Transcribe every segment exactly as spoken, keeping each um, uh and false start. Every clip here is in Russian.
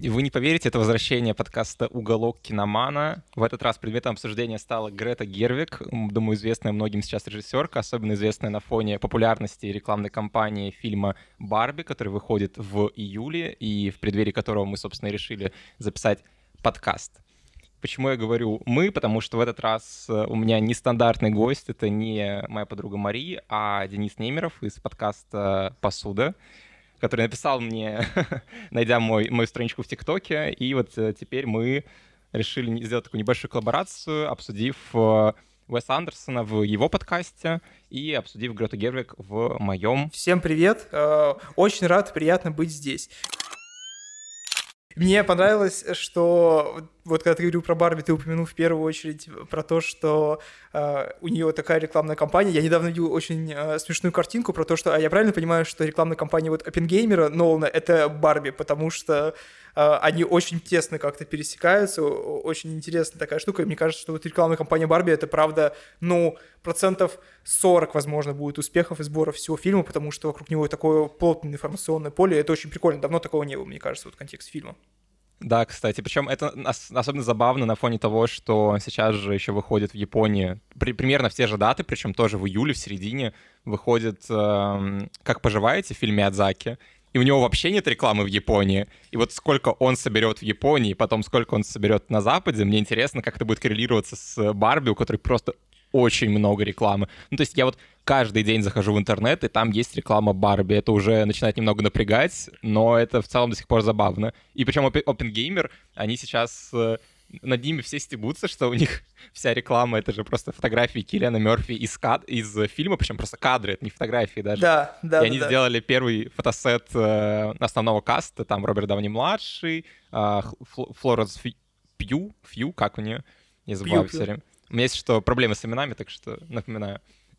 Вы не поверите, это возвращение подкаста «Уголок киномана». В этот раз предметом обсуждения стала Грета Гервиг, думаю, известная многим сейчас режиссерка, особенно известная на фоне популярности рекламной кампании фильма «Барби», который выходит в июле, и в преддверии которого мы, собственно, решили записать подкаст. Почему я говорю «мы»? Потому что в этот раз у меня нестандартный гость, это не моя подруга Мари, а Денис Немеров из подкаста «Посуда», который написал мне, найдя мой, мою страничку в ТикТоке, и вот теперь мы решили сделать такую небольшую коллаборацию, обсудив Уэса Андерсона в его подкасте и обсудив Грету Гервиг в моем. Всем привет, очень рад, приятно быть здесь. Мне понравилось, что вот когда ты говорил про Барби, ты упомянул в первую очередь про то, что э, у нее такая рекламная кампания. Я недавно видел очень э, смешную картинку про то, что, а я правильно понимаю, что рекламная кампания вот Оппенгеймера Нолана — это Барби, потому что э, они очень тесно как-то пересекаются, очень интересная такая штука. И мне кажется, что вот рекламная кампания Барби — это, правда, ну, процентов сорок, возможно, будет успехов и сборов всего фильма, потому что вокруг него такое плотное информационное поле, и это очень прикольно. Давно такого не было, мне кажется, вот в контексте фильма. Да, кстати, причем это особенно забавно на фоне того, что сейчас же еще выходит в Японии при, примерно в те же даты, причем тоже в июле, в середине, выходит э, «Как поживаете» в фильме Миядзаки, и у него вообще нет рекламы в Японии. И вот сколько он соберет в Японии, потом сколько он соберет на Западе, мне интересно, как это будет коррелироваться с Барби, у которой просто очень много рекламы. Ну, то есть я вот каждый день захожу в интернет, и там есть реклама Барби. Это уже начинает немного напрягать, но это в целом до сих пор забавно. И причем Оппенгеймер, они сейчас э, над ними все стебутся, что у них вся реклама — это же просто фотографии Киллиана Мёрфи из, кад- из фильма, причем просто кадры, это не фотографии даже. Да, да, И да, они да. сделали первый фотосет э, основного каста, там Роберт Дауни-младший, э, Флоренс Пью, Фью, как у нее? Я забываю все время. У меня есть что проблемы с именами, так что напоминаю.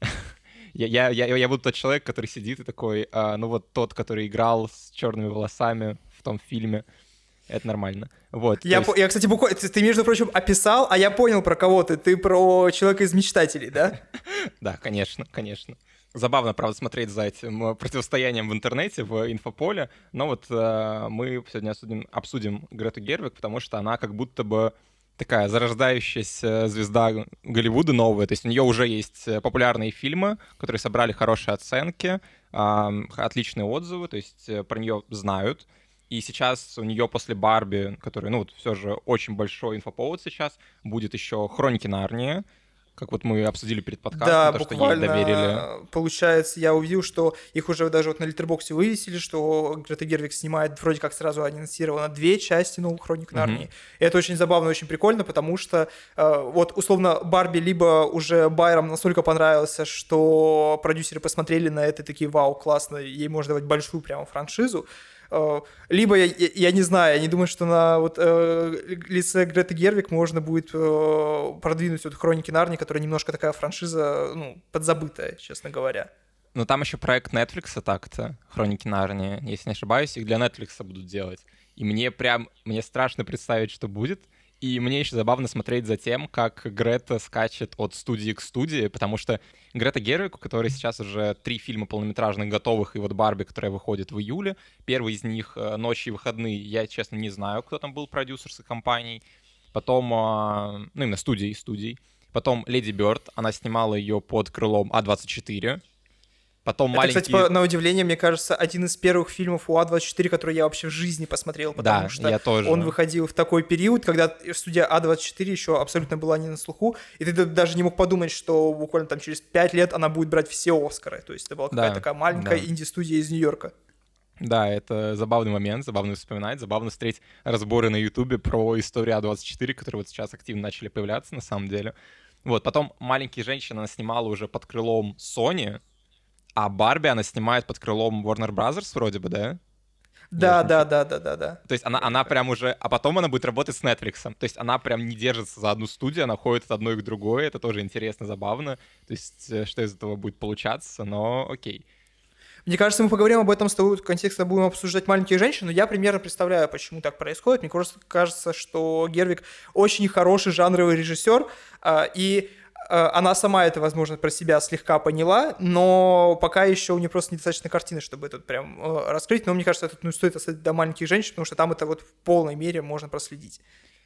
я, я, я, я буду тот человек, который сидит и такой, а, ну вот тот, который играл с черными волосами в том фильме. Это нормально. Вот, я, есть... по, я, кстати, буквально, ты, ты, между прочим, описал, а я понял, про кого ты. Ты про человека из «Мечтателей», да? Да, конечно, конечно. Забавно, правда, смотреть за этим противостоянием в интернете, в инфополе. Но вот э, мы сегодня обсудим, обсудим Грету Гервиг, потому что она как будто бы такая зарождающаяся звезда Голливуда новая. То есть у нее уже есть популярные фильмы, которые собрали хорошие оценки, отличные отзывы, то есть про нее знают. И сейчас у нее после Барби, который, ну вот все же очень большой инфоповод сейчас, будет еще «Хроники Нарнии», как вот мы обсудили перед подкастом, да, то, буквально, что ей доверили. Получается, я увидел, что их уже даже вот на Letterboxd вывесили, что Грета Гервиг снимает, вроде как сразу анонсировано, две части новых «Хроник Нарнии». Mm-hmm. И это очень забавно, очень прикольно, потому что э, вот условно Барби либо уже Байерам настолько понравился, что продюсеры посмотрели на это и такие: вау, классно, ей можно давать большую прямо франшизу. Либо, я, я не знаю, я не думаю, что на вот, э, лице Греты Гервиг можно будет э, продвинуть вот «Хроники Нарнии», которая немножко такая франшиза, ну, подзабытая, честно говоря. Но там еще проект Netflix так-то, «Хроники Нарнии», если не ошибаюсь, их для Netflix будут делать. И мне прям, мне страшно представить, что будет. И мне еще забавно смотреть за тем, как Грета скачет от студии к студии, потому что Грета Гервиг, у которой сейчас уже три фильма полнометражных готовых, и вот «Барби», которая выходит в июле, первый из них «Ночи и выходные», я, честно, не знаю, кто там был продюсер компанией. Потом, ну, именно студии, студий. Потом «Леди Бёрд», она снимала ее под крылом А двадцать четыре. Потом это, маленький... кстати, по, на удивление, мне кажется, один из первых фильмов у А двадцать четыре, который я вообще в жизни посмотрел, потому да, что я тоже. Он выходил в такой период, когда студия А двадцать четыре еще абсолютно была не на слуху, и ты даже не мог подумать, что буквально там через пять лет она будет брать все Оскары. То есть это была какая-то да, такая маленькая да. инди-студия из Нью-Йорка. Да, это забавный момент, забавно вспоминать, забавно встретить разборы на Ютубе про историю А двадцать четыре, которые вот сейчас активно начали появляться на самом деле. Вот, потом «Маленькие женщины» она снимала уже под крылом Sony, а «Барби» она снимает под крылом Warner Brothers вроде бы, да? Да, да, да, да, да, да. То есть она, она прям уже... А потом она будет работать с Netflix. То есть она прям не держится за одну студию, она ходит от одной к другой. Это тоже интересно, забавно. То есть что из этого будет получаться, но окей. Мне кажется, мы поговорим об этом с тобой в контексте, будем обсуждать «Маленькие женщины», но я примерно представляю, почему так происходит. Мне просто кажется, что Гервиг очень хороший жанровый режиссер, и она сама это, возможно, про себя слегка поняла, но пока еще у нее просто недостаточно картины, чтобы это прям э, раскрыть. Но мне кажется, это ну, стоит оставить до маленьких женщин, потому что там это вот в полной мере можно проследить.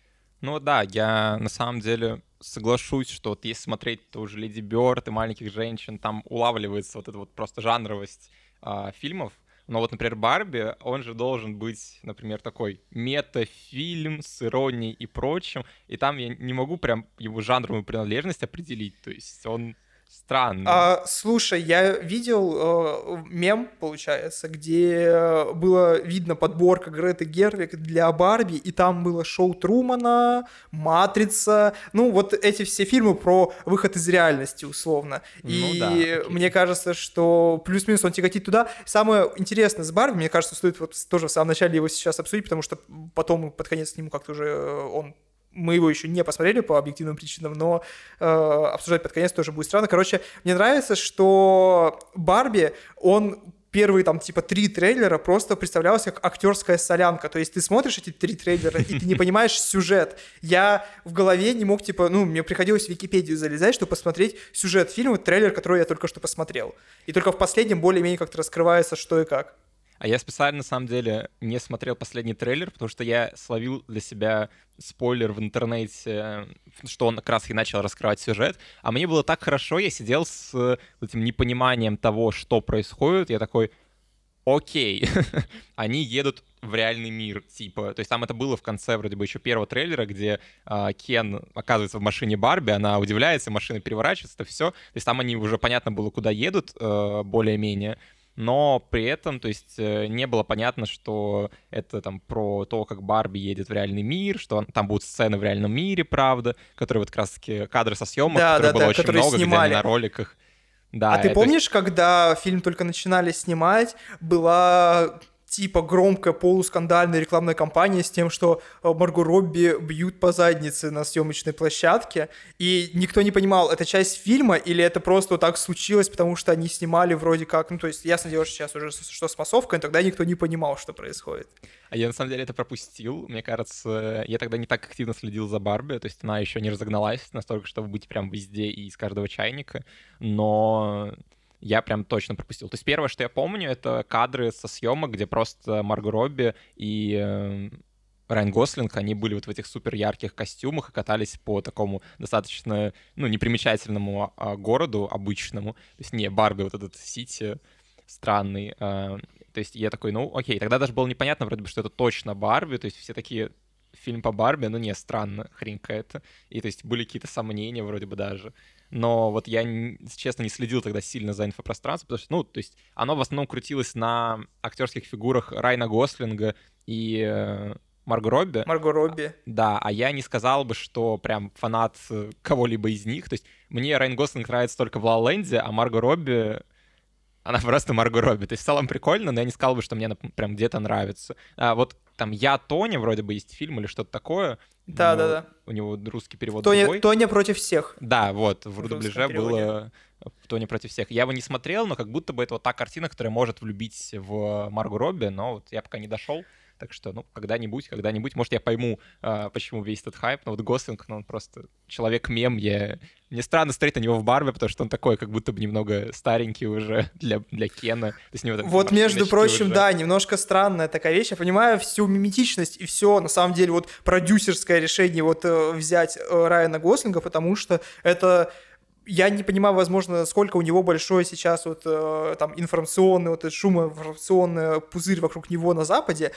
Ну да, я на самом деле соглашусь, что вот если смотреть тоже «Леди Бёрд» и «Маленьких женщин», там улавливается вот эта вот просто жанровость а, фильмов. Но вот, например, «Барби», он же должен быть, например, такой метафильм с иронией и прочим, и там я не могу прям его жанровую принадлежность определить, то есть он странный. А, слушай, я видел э, мем, получается, где было видно подборка Греты Гервиг для Барби, и там было шоу Трумана, Матрица, ну вот эти все фильмы про выход из реальности, условно. Ну и да, мне кажется, что плюс-минус он тяготит туда. Самое интересное с Барби, мне кажется, стоит вот тоже в самом начале его сейчас обсудить, потому что потом под конец к нему как-то уже он... Мы его еще не посмотрели по объективным причинам, но э, обсуждать под конец тоже будет странно. Короче, мне нравится, что Барби, он первые там типа три трейлера просто представлялся как актерская солянка. То есть ты смотришь эти три трейлера, и ты не понимаешь сюжет. Я в голове не мог, типа, ну, мне приходилось в Википедию залезать, чтобы посмотреть сюжет фильма, трейлер, который я только что посмотрел. И только в последнем более-менее как-то раскрывается, что и как. А я специально, на самом деле, не смотрел последний трейлер, потому что я словил для себя спойлер в интернете, что он как раз и начал раскрывать сюжет. А мне было так хорошо, я сидел с этим непониманием того, что происходит. Я такой, окей, они едут в реальный мир, типа. То есть там это было в конце вроде бы еще первого трейлера, где э, Кен оказывается в машине Барби, она удивляется, машина переворачивается, это все. То есть там они уже понятно было, куда едут, э, более-менее. Но при этом, то есть, не было понятно, что это там про то, как Барби едет в реальный мир, что там будут сцены в реальном мире, правда, которые вот как раз-таки кадры со съемок, да, которые да, было да, очень много, снимали. Где они на роликах. Да, а ты помнишь, есть... когда фильм только начинали снимать, была типа громкая полускандальная рекламная кампания с тем, что Марго Робби бьют по заднице на съемочной площадке, и никто не понимал, это часть фильма или это просто вот так случилось, потому что они снимали вроде как, ну то есть ясно дело, что сейчас уже что с массовкой, но тогда никто не понимал, что происходит. А я на самом деле это пропустил, мне кажется, я тогда не так активно следил за Барби, то есть она еще не разогналась настолько, чтобы быть прям везде и из каждого чайника, но... я прям точно пропустил. То есть первое, что я помню, это кадры со съемок, где просто Марго Робби и э, Райан Гослинг, они были вот в этих супер ярких костюмах и катались по такому достаточно, ну, непримечательному а, городу обычному. То есть не Барби, вот этот Сити странный. Э, то есть я такой, ну, окей. Тогда даже было непонятно вроде бы, что это точно Барби. То есть все такие, фильм по Барби, ну, не, странно, хрень какая-то. И то есть были какие-то сомнения вроде бы даже. Но вот я, честно, не следил тогда сильно за инфопространством, потому что, ну, то есть оно в основном крутилось на актерских фигурах Райана Гослинга и э, Марго Робби. Марго Робби. Да, а я не сказал бы, что прям фанат кого-либо из них. То есть мне Райан Гослинг нравится только в «Ла Ла Ленде», а Марго Робби... она просто Марго Робби. То есть в целом прикольно, но я не сказал бы, что мне она прям где-то нравится. А вот там «Я, Тоня» вроде бы есть фильм или что-то такое. Да, да, да. У него русский перевод Тоня, другой. Тоня против всех. Да, вот, в, в дубляже было «Тоня против всех». Я его не смотрел, но как будто бы это вот та картина, которая может влюбить в Марго Робби, но вот я пока не дошел. Так что, ну, когда-нибудь, когда-нибудь, может, я пойму, а, почему весь этот хайп. Но вот Гослинг, ну, он просто человек-мем. Я... Мне странно смотреть на него в Барби, потому что он такой, как будто бы немного старенький уже для, для Кена. То есть, него, там, вот, между прочим, уже. Да, немножко странная такая вещь. Я понимаю всю миметичность и все, на самом деле, вот продюсерское решение вот взять Райана Гослинга, потому что это... Я не понимаю, возможно, сколько у него большой сейчас вот э, там информационный, вот этот шум, информационный пузырь вокруг него на Западе,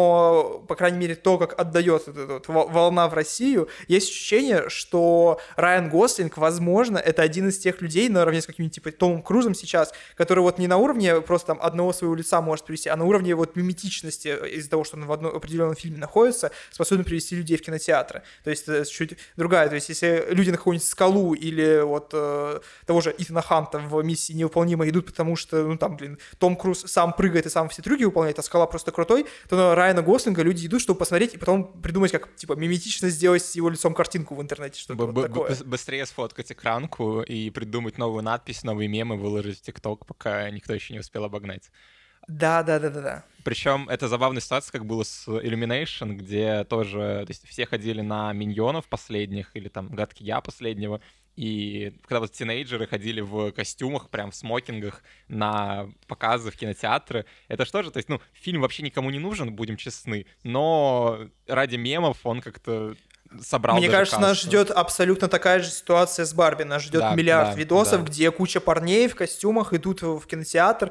но, по крайней мере, то, как отдает эта вот волна в Россию, есть ощущение, что Райан Гослинг, возможно, это один из тех людей, наравне с каким-нибудь типа Томом Крузом сейчас, который вот не на уровне просто там одного своего лица может привести, а на уровне вот миметичности из-за того, что он в одном определенном фильме находится, способен привести людей в кинотеатры. То есть это чуть другая. То есть если люди на какую-нибудь «Скалу» или вот того же Итана Ханта в «Миссии невыполнима» идут, потому что, ну, там, блин, Том Круз сам прыгает и сам все трюки выполняет, а «Скала» просто крутой, то на Райана Гослинга люди идут, чтобы посмотреть и потом придумать, как, типа, миметично сделать с его лицом картинку в интернете, что-то вот такое. Быстрее сфоткать экранку и придумать новую надпись, новые мемы, выложить в ТикТок, пока никто еще не успел обогнать. Да-да-да-да-да. Причем это забавная ситуация, как было с Illumination, где тоже, то есть все ходили на Миньонов последних или там Гадкий Я последнего, и когда вот тинейджеры ходили в костюмах, прям в смокингах на показы в кинотеатры, это что же, то есть, ну, фильм вообще никому не нужен, будем честны, но ради мемов он как-то собрал Мне даже кажется, нас кассу. ждет абсолютно такая же ситуация с Барби. Нас ждет Да, миллиард да, видосов, да. где куча парней в костюмах идут в кинотеатр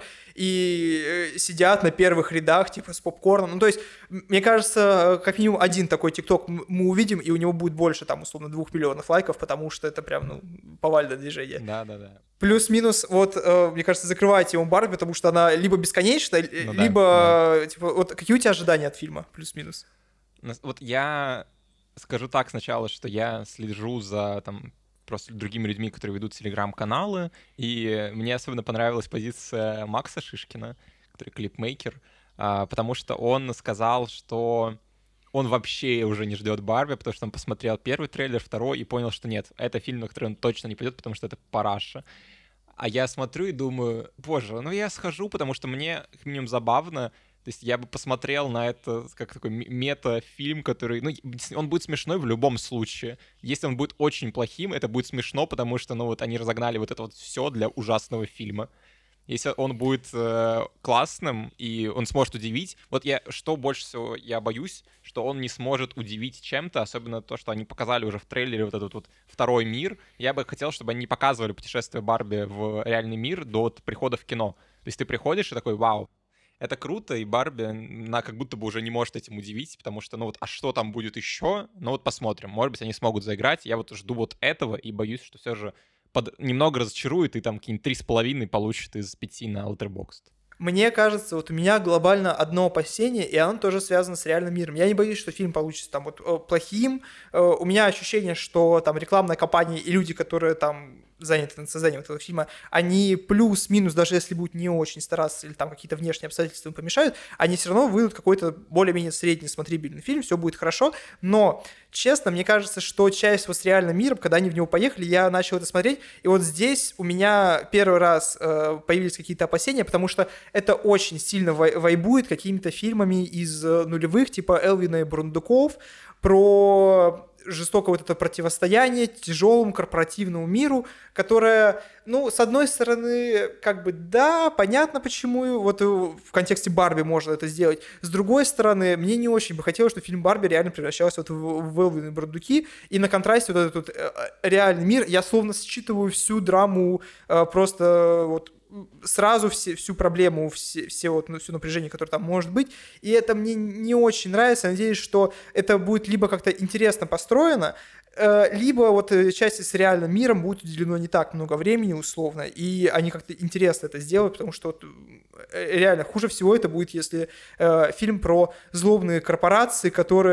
и э, сидят на первых рядах, типа, с попкорном. Ну, то есть, м- мне кажется, как минимум один такой ТикТок м- мы увидим, и у него будет больше, там, условно, двух миллионов лайков, потому что это прям, ну, повальное движение. Да, да, да. Плюс-минус, вот, э, мне кажется, закрывать тему Барби, потому что она либо бесконечная, э, Ну да, да. либо, э, типа, вот какие у тебя ожидания от фильма? Плюс-минус. Нас- Вот я скажу так сначала, что я слежу за там просто другими людьми, которые ведут телеграм-каналы, и мне особенно понравилась позиция Макса Шишкина, который клипмейкер, а, потому что он сказал, что он вообще уже не ждет Барби, потому что он посмотрел первый трейлер, второй, и понял, что нет, это фильм, на который он точно не пойдет, потому что это параша. А я смотрю и думаю, боже, ну я схожу, потому что мне как минимум забавно. То есть я бы посмотрел на это как такой м- мета-фильм, который... Ну, он будет смешной в любом случае. Если он будет очень плохим, это будет смешно, потому что, ну, вот они разогнали вот это вот все для ужасного фильма. Если он будет э, классным и он сможет удивить, вот я что больше всего я боюсь, что он не сможет удивить чем-то, особенно то, что они показали уже в трейлере вот этот вот второй мир. Я бы хотел, чтобы они не показывали путешествие Барби в реальный мир до вот прихода в кино. То есть ты приходишь и такой, вау, это круто, и Барби, она как будто бы уже не может этим удивить, потому что, ну вот, а что там будет еще? Ну вот посмотрим, может быть, они смогут заиграть. Я вот жду вот этого и боюсь, что все же под... немного разочарует, и там какие-нибудь три с половиной получит из пяти на Letterboxd. Мне кажется, вот у меня глобально одно опасение, и оно тоже связано с реальным миром. Я не боюсь, что фильм получится там вот э, плохим. Э, У меня ощущение, что там рекламная кампания и люди, которые там заняты над созданием этого фильма, они плюс-минус, даже если будут не очень стараться или там какие-то внешние обстоятельства им помешают, они все равно выйдут какой-то более-менее средний смотрибельный фильм, все будет хорошо. Но, честно, мне кажется, что часть вот с реальным миром, когда они в него поехали, я начал это смотреть, и вот здесь у меня первый раз э, появились какие-то опасения, потому что это очень сильно вай- вайбует какими-то фильмами из э, нулевых, типа Элвина и Бурундуков, про жестокое вот это противостояние тяжелому корпоративному миру, которое, ну, с одной стороны, как бы, да, понятно, почему вот э, в контексте Барби можно это сделать. С другой стороны, мне не очень бы хотелось, чтобы фильм Барби реально превращался вот в, в Элвин и Бурундуки, и на контрасте вот этот вот, э, реальный мир, я словно считываю всю драму э, просто вот сразу все, всю проблему, все, все вот, ну, все напряжение, которое там может быть, и это мне не очень нравится. Надеюсь, что это будет либо как-то интересно построено, э, либо вот э, части с реальным миром будет уделено не так много времени условно, и они как-то интересно это сделают, потому что вот, э, реально хуже всего это будет, если э, фильм про злобные корпорации,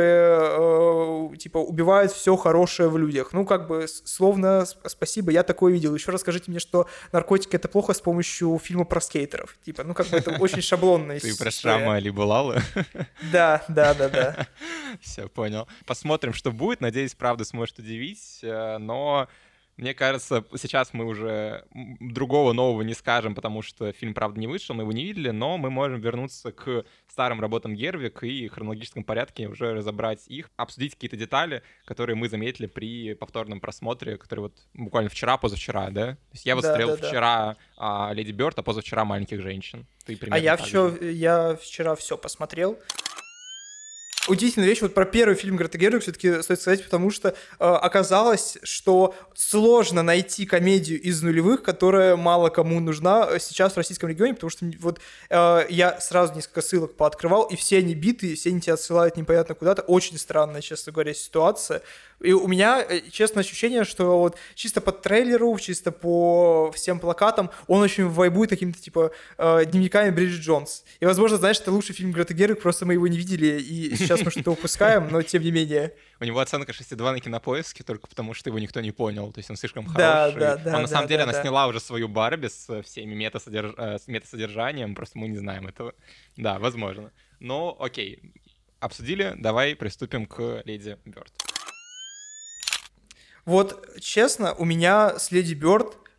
которые э, типа убивают все хорошее в людях. Ну, как бы, с- словно сп- спасибо, я такое видел. Еще расскажите мне, что наркотики это плохо с помощью фильма про скейтеров. Типа, ну, как бы это очень шаблонная Ты про история. Шрама либо Лалы? Да, да, да, да. Все, понял. Посмотрим, что будет. Надеюсь, правда сможет удивить. э, Но мне кажется, сейчас мы уже м, другого нового не скажем, потому что фильм, правда, не вышел, мы его не видели, но мы можем вернуться к старым работам Гервик и в хронологическом порядке уже разобрать их, обсудить какие-то детали, которые мы заметили при повторном просмотре, который вот буквально вчера, позавчера, да? То есть я вот Да, смотрел да, да. вчера а, «Леди Бёрд», а позавчера «Маленьких женщин». Ты А примерно я, так же. все, я вчера все посмотрел. Удивительная вещь, вот про первый фильм Греты Гервиг все-таки стоит сказать, потому что э, оказалось, что сложно найти комедию из нулевых, которая мало кому нужна сейчас в российском регионе, потому что вот э, я сразу несколько ссылок пооткрывал, и все они битые, все они тебя отсылают непонятно куда-то. Очень странная, честно говоря, ситуация. И у меня, э, честно, ощущение, что вот чисто по трейлеру, чисто по всем плакатам, он очень вайбует какими-то, типа, э, дневниками Бриджит Джонс. И, возможно, знаешь, это лучший фильм Греты Гервиг, просто мы его не видели, и сейчас мы что-то упускаем, но тем не менее. У него оценка шесть и два на Кинопоиске только потому, что его никто не понял. То есть он слишком Да, хороший. да, да, Он, на да, самом деле, да, она да. сняла уже свою Барби с всеми метасодерж... э, с метасодержанием, просто мы не знаем этого. Да, возможно. Но окей. Обсудили, давай приступим к «Леди Бёрд». Вот, честно, у меня с Леди Бёрд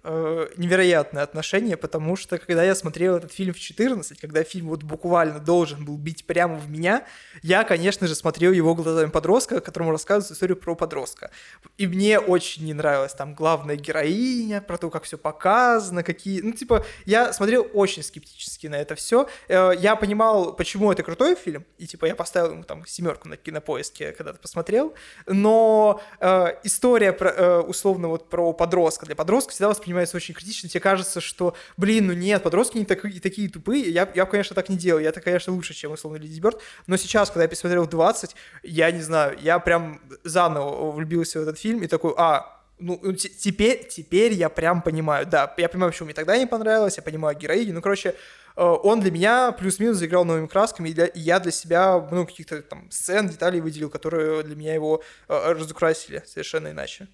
э, невероятное отношение, потому что когда я смотрел этот фильм в четырнадцать, когда фильм вот буквально должен был бить прямо в меня, я, конечно же, смотрел его глазами подростка, которому рассказывают историю про подростка. И мне очень не нравилась там главная героиня, про то, как все показано, какие... Ну, типа, я смотрел очень скептически на это все. Я понимал, почему это крутой фильм, и, типа, я поставил ему там семерку на Кинопоиске, когда-то посмотрел, но э, история, про, э, условно, вот про подростка, для подростка всегда воспринимается очень критично. Тебе кажется, что, блин, ну нет, подростки не такие, такие тупые. Я, я, конечно, так не делал. Я-то, конечно, лучше, чем, условно, Леди Бёрд. Но сейчас, когда я пересмотрел в двадцать, я не знаю, я прям заново влюбился в этот фильм и такой, а, ну, т- теперь, теперь я прям понимаю. Да, я понимаю, почему мне тогда не понравилось, я понимаю героиню. Ну, короче, он для меня плюс-минус заиграл новыми красками, и, для, и я для себя, ну, каких-то там сцен, деталей выделил, которые для меня его э, разукрасили совершенно иначе.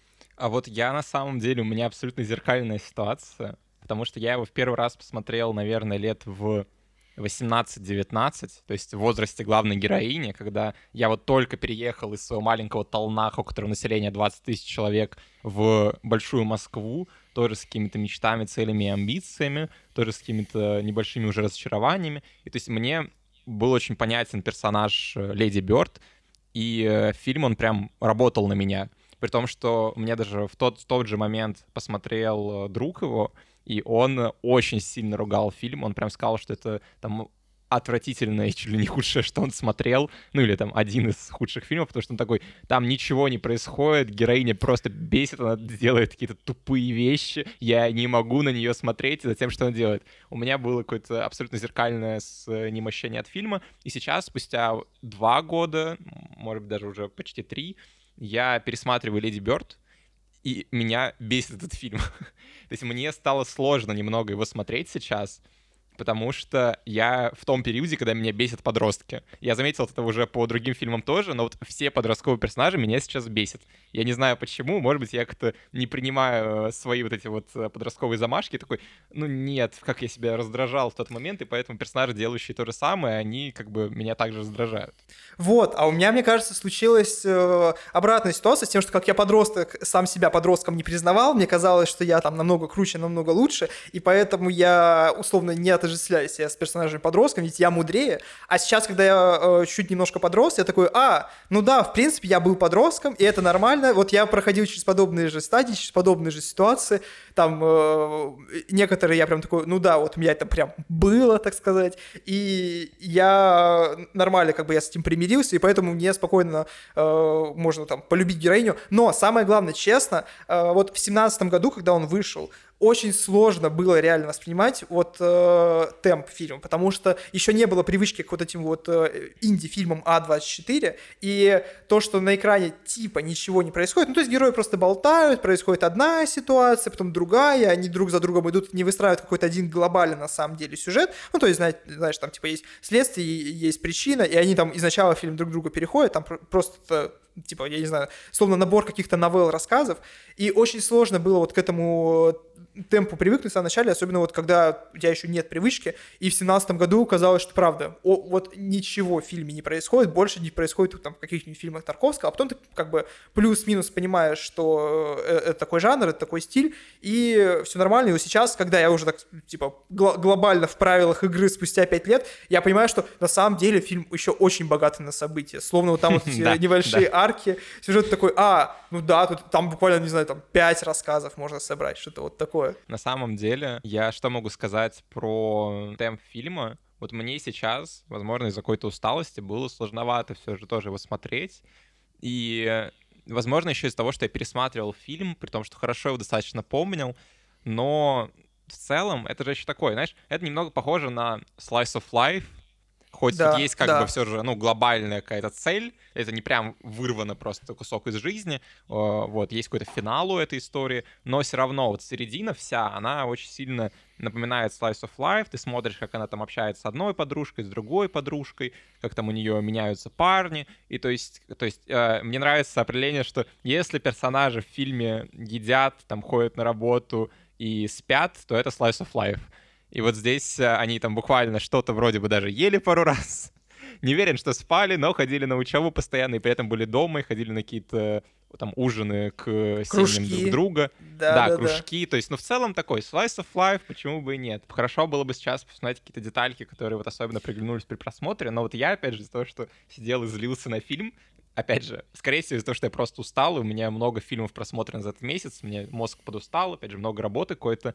А вот я на самом деле, у меня абсолютно зеркальная ситуация, потому что я его в первый раз посмотрел, наверное, лет в восемнадцать-девятнадцать, то есть в возрасте главной героини, когда я вот только переехал из своего маленького Толнаха, у которого население двадцать тысяч человек, в большую Москву, тоже с какими-то мечтами, целями и амбициями, тоже с какими-то небольшими уже разочарованиями. И то есть мне был очень понятен персонаж э, Леди Бёрд, и э, фильм, он прям работал на меня. При том, что мне даже в тот, в тот же момент посмотрел э, друг его, и он э, очень сильно ругал фильм. Он прям сказал, что это там отвратительное и чуть ли не худшее, что он смотрел. Ну или там один из худших фильмов, потому что он такой, там ничего не происходит, героиня просто бесит, она делает какие-то тупые вещи, я не могу на нее смотреть за тем, что она делает. У меня было какое-то абсолютно зеркальное немощение от фильма, и сейчас, спустя два года, может быть, даже уже почти три, я пересматриваю «Леди Бёрд», и меня бесит этот фильм. То есть мне стало сложно немного его смотреть сейчас, потому что я в том периоде, когда меня бесят подростки. Я заметил это уже по другим фильмам тоже, но вот все подростковые персонажи меня сейчас бесят. Я не знаю почему, может быть, я как-то не принимаю свои вот эти вот подростковые замашки, такой, ну нет, как я себя раздражал в тот момент, и поэтому персонажи, делающие то же самое, они как бы меня также раздражают. Вот, а у меня, мне кажется, случилась э, обратная ситуация с тем, что как я подросток, сам себя подростком не признавал, мне казалось, что я там намного круче, намного лучше, и поэтому я условно не отождествляю себя с персонажем подростком, ведь я мудрее. А сейчас, когда я э, чуть немножко подрос, я такой, а, ну да, в принципе, я был подростком, и это нормально, вот я проходил через подобные же стадии, через подобные же ситуации, там э, некоторые я прям такой, ну да, вот у меня это прям было, так сказать, и я нормально, как бы я с этим примирился, и поэтому мне спокойно э, можно там полюбить героиню. Но самое главное, честно, э, вот в семнадцатом году, когда он вышел, очень сложно было реально воспринимать вот э, темп фильма, потому что еще не было привычки к вот этим вот э, инди-фильмам А двадцать четыре, и то, что на экране типа ничего не происходит, ну то есть герои просто болтают, происходит одна ситуация, потом другая, они друг за другом идут, не выстраивают какой-то один глобальный на самом деле сюжет, ну то есть, знаешь, знаешь там типа есть следствие, есть причина, и они там из начала фильма друг к другу переходят, там просто типа, я не знаю, словно набор каких-то новелл, рассказов, и очень сложно было вот к этому темпу привыкнуть в самом начале, особенно вот когда у тебя еще нет привычки, и в семнадцатом году казалось, что правда, о, вот ничего в фильме не происходит, больше не происходит там, в каких-нибудь фильмах Тарковского, а потом ты как бы плюс-минус понимаешь, что это такой жанр, это такой стиль, и все нормально, и вот сейчас, когда я уже так, типа, гл- глобально в правилах игры спустя пять лет, я понимаю, что на самом деле фильм еще очень богатый на события, словно вот там вот эти небольшие арки, сюжет такой, а, ну да, тут там буквально, не знаю, там пять рассказов можно собрать, что-то вот такое. На самом деле, я что могу сказать про темп фильма? Вот мне сейчас, возможно, из-за какой-то усталости было сложновато все же тоже его смотреть. И, возможно, еще из-за того, что я пересматривал фильм, при том, что хорошо его достаточно помнил, но в целом это же еще такое, знаешь, это немного похоже на Slice of Life, хоть Да, тут есть как да. бы все же, ну, глобальная какая-то цель, это не прям вырвано просто кусок из жизни, вот, есть какой-то финал у этой истории, но все равно вот середина вся, она очень сильно напоминает Slice of Life, ты смотришь, как она там общается с одной подружкой, с другой подружкой, как там у нее меняются парни, и то есть, то есть э, мне нравится определение, что если персонажи в фильме едят, там, ходят на работу и спят, то это Slice of Life. И вот здесь они там буквально что-то вроде бы даже ели пару раз. Не уверен, что спали, но ходили на учебу постоянно, и при этом были дома, и ходили на какие-то там ужины к Кружки. семьям друг друга. Да, да, да, кружки. Да. То есть, ну, в целом такой slice of life, почему бы и нет. Хорошо было бы сейчас посмотреть какие-то детальки, которые вот особенно приглянулись при просмотре, но вот я, опять же, из-за того, что сидел и злился на фильм, опять же, скорее всего, из-за того, что я просто устал, и у меня много фильмов просмотрено за этот месяц, мне мозг подустал, опять же, много работы какой-то,